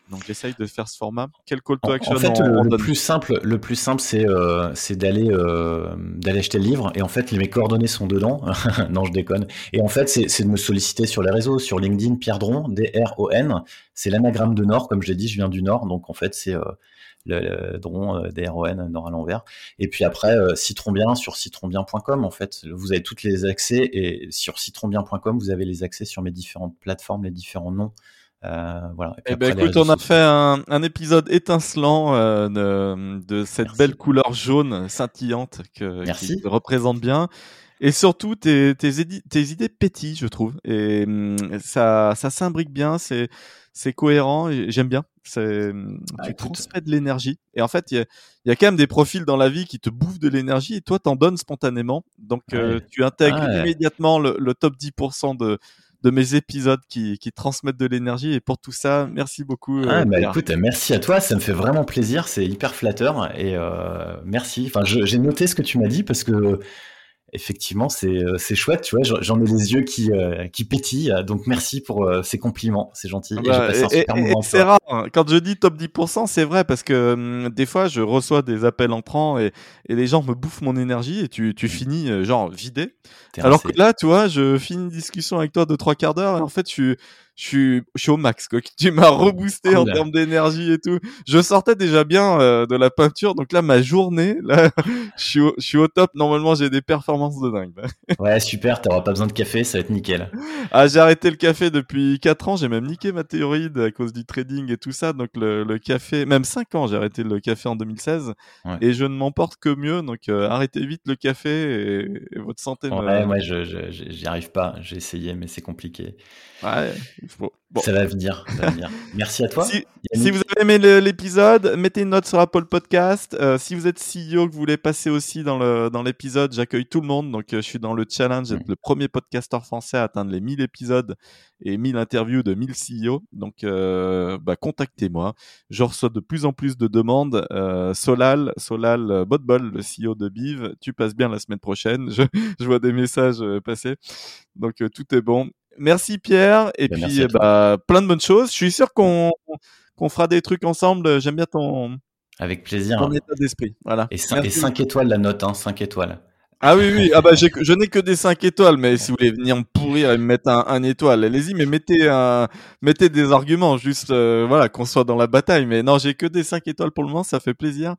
Donc j'essaye de faire ce format. Quel call to En, action en fait, on, le, on le donne? plus simple, le plus simple, c'est euh, c'est d'aller euh, d'aller acheter le livre. Et en fait, mes coordonnées sont dedans. Non, je déconne. Et en fait, c'est c'est de me solliciter sur les réseaux, sur LinkedIn, Pierre Dron, D R O N. C'est l'anagramme de Nord, comme je l'ai dit, je viens du Nord, donc en fait, c'est euh, le, le Dron, euh, D R O N, Nord à l'envers. Et puis après, euh, Citronbien sur citronbien point com. En fait, vous avez tous les accès. Et sur citronbien point com, vous avez les accès sur mes différentes plateformes, les différents noms. Euh, voilà. Et puis Eh ben après, les écoute, réseaux on a sociaux. fait un, un épisode étincelant euh, de, de cette belle Merci. couleur jaune scintillante que, qui te Merci. représente bien. Et surtout, tes, tes, édi- tes idées pétillent, je trouve. Et hum, ça, ça s'imbrique bien, c'est, c'est cohérent, et j'aime bien. C'est, hum, Bah, tu écoute. transmets de l'énergie. Et en fait, il y a, il y a quand même des profils dans la vie qui te bouffent de l'énergie et toi, t'en donnes spontanément. Donc, euh, Ouais. tu intègres Ah ouais. immédiatement le, le top dix pour cent de, de mes épisodes qui, qui transmettent de l'énergie. Et pour tout ça, merci beaucoup, Ah, euh, bah Pierre. écoute, merci à toi, ça me fait vraiment plaisir, c'est hyper flatteur et euh, merci. Enfin, je- j'ai noté ce que tu m'as dit parce que effectivement, c'est euh, c'est chouette, tu vois, j'en j'en ai les yeux qui euh, qui pétillent, donc merci pour euh, ces compliments, c'est gentil Ah et j'ai bah, passé et, un et- super et moment avec c'est toi. rare, hein. Quand je dis top dix pour cent, c'est vrai parce que hum, des fois, je reçois des appels entrants et, et les gens me bouffent mon énergie et tu, tu Mm. finis euh, genre vidé. T'es Alors que rincé. là, tu vois, je finis une discussion avec toi de trois quarts d'heure et en fait, je suis, je suis, je suis au max, quoi. Tu m'as reboosté en Cool. termes d'énergie et tout. Je sortais déjà bien euh, de la peinture, donc là, ma journée, là, je suis au, je suis au top. Normalement, j'ai des performances de dingue. Ouais, super, t'auras pas besoin de café, ça va être nickel. Ah, j'ai arrêté le café depuis quatre ans, j'ai même niqué ma thyroïde à cause du trading et tout ça, donc le, le café, même cinq ans, j'ai arrêté le café en deux mille seize, Ouais. et je ne m'emporte que mieux, donc euh, arrêtez vite le café et, et votre santé Ouais, me... moi je, je- je- j'y arrive pas, j'ai essayé mais c'est compliqué. Ouais, il faut... Bon. Ça va venir, ça va venir. Merci à toi, Si, si vous Yannick. avez aimé le- l'épisode, mettez une note sur Apple Podcast. Euh, si vous êtes C E O, que vous voulez passer aussi dans le dans l'épisode, j'accueille tout le monde. Donc, euh, je suis dans le challenge d'être Mm. le premier podcasteur français à atteindre les mille épisodes et mille interviews de mille C E O. Donc, euh, bah, contactez-moi. Je reçois de plus en plus de demandes. Euh, Solal, Solal euh, Botbol, le C E O de Biv, tu passes bien la semaine prochaine. Je, je vois des messages euh, passer. Donc, euh, tout est bon. Merci Pierre, et Ben, puis merci à eh toi. bah, plein de bonnes choses. Je suis sûr Mm. qu'on qu'on fera des trucs ensemble. J'aime bien ton, Avec ton plaisir. état d'esprit. Voilà. Et, cin- et Merci cinq beaucoup. étoiles la note, hein, cinq étoiles. Ah oui, oui. Ah bah, j'ai, que- je n'ai que des cinq étoiles, mais si vous voulez venir me pourrir et me mettre un, un étoile, allez-y, mais mettez un, mettez des arguments, juste, euh, voilà, qu'on soit dans la bataille. Mais non, j'ai que des cinq étoiles pour le moment, ça fait plaisir.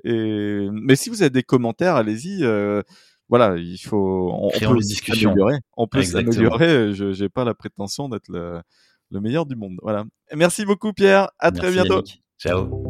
Et, mais si vous avez des commentaires, allez-y, euh, voilà, il faut, on, on peut Créons les aussi discussions. s'améliorer. On peut Exactement. s'améliorer. Je, j'ai pas la prétention d'être le, le meilleur du monde. Voilà. Merci beaucoup, Pierre. À très Merci bientôt. Yannick. Ciao.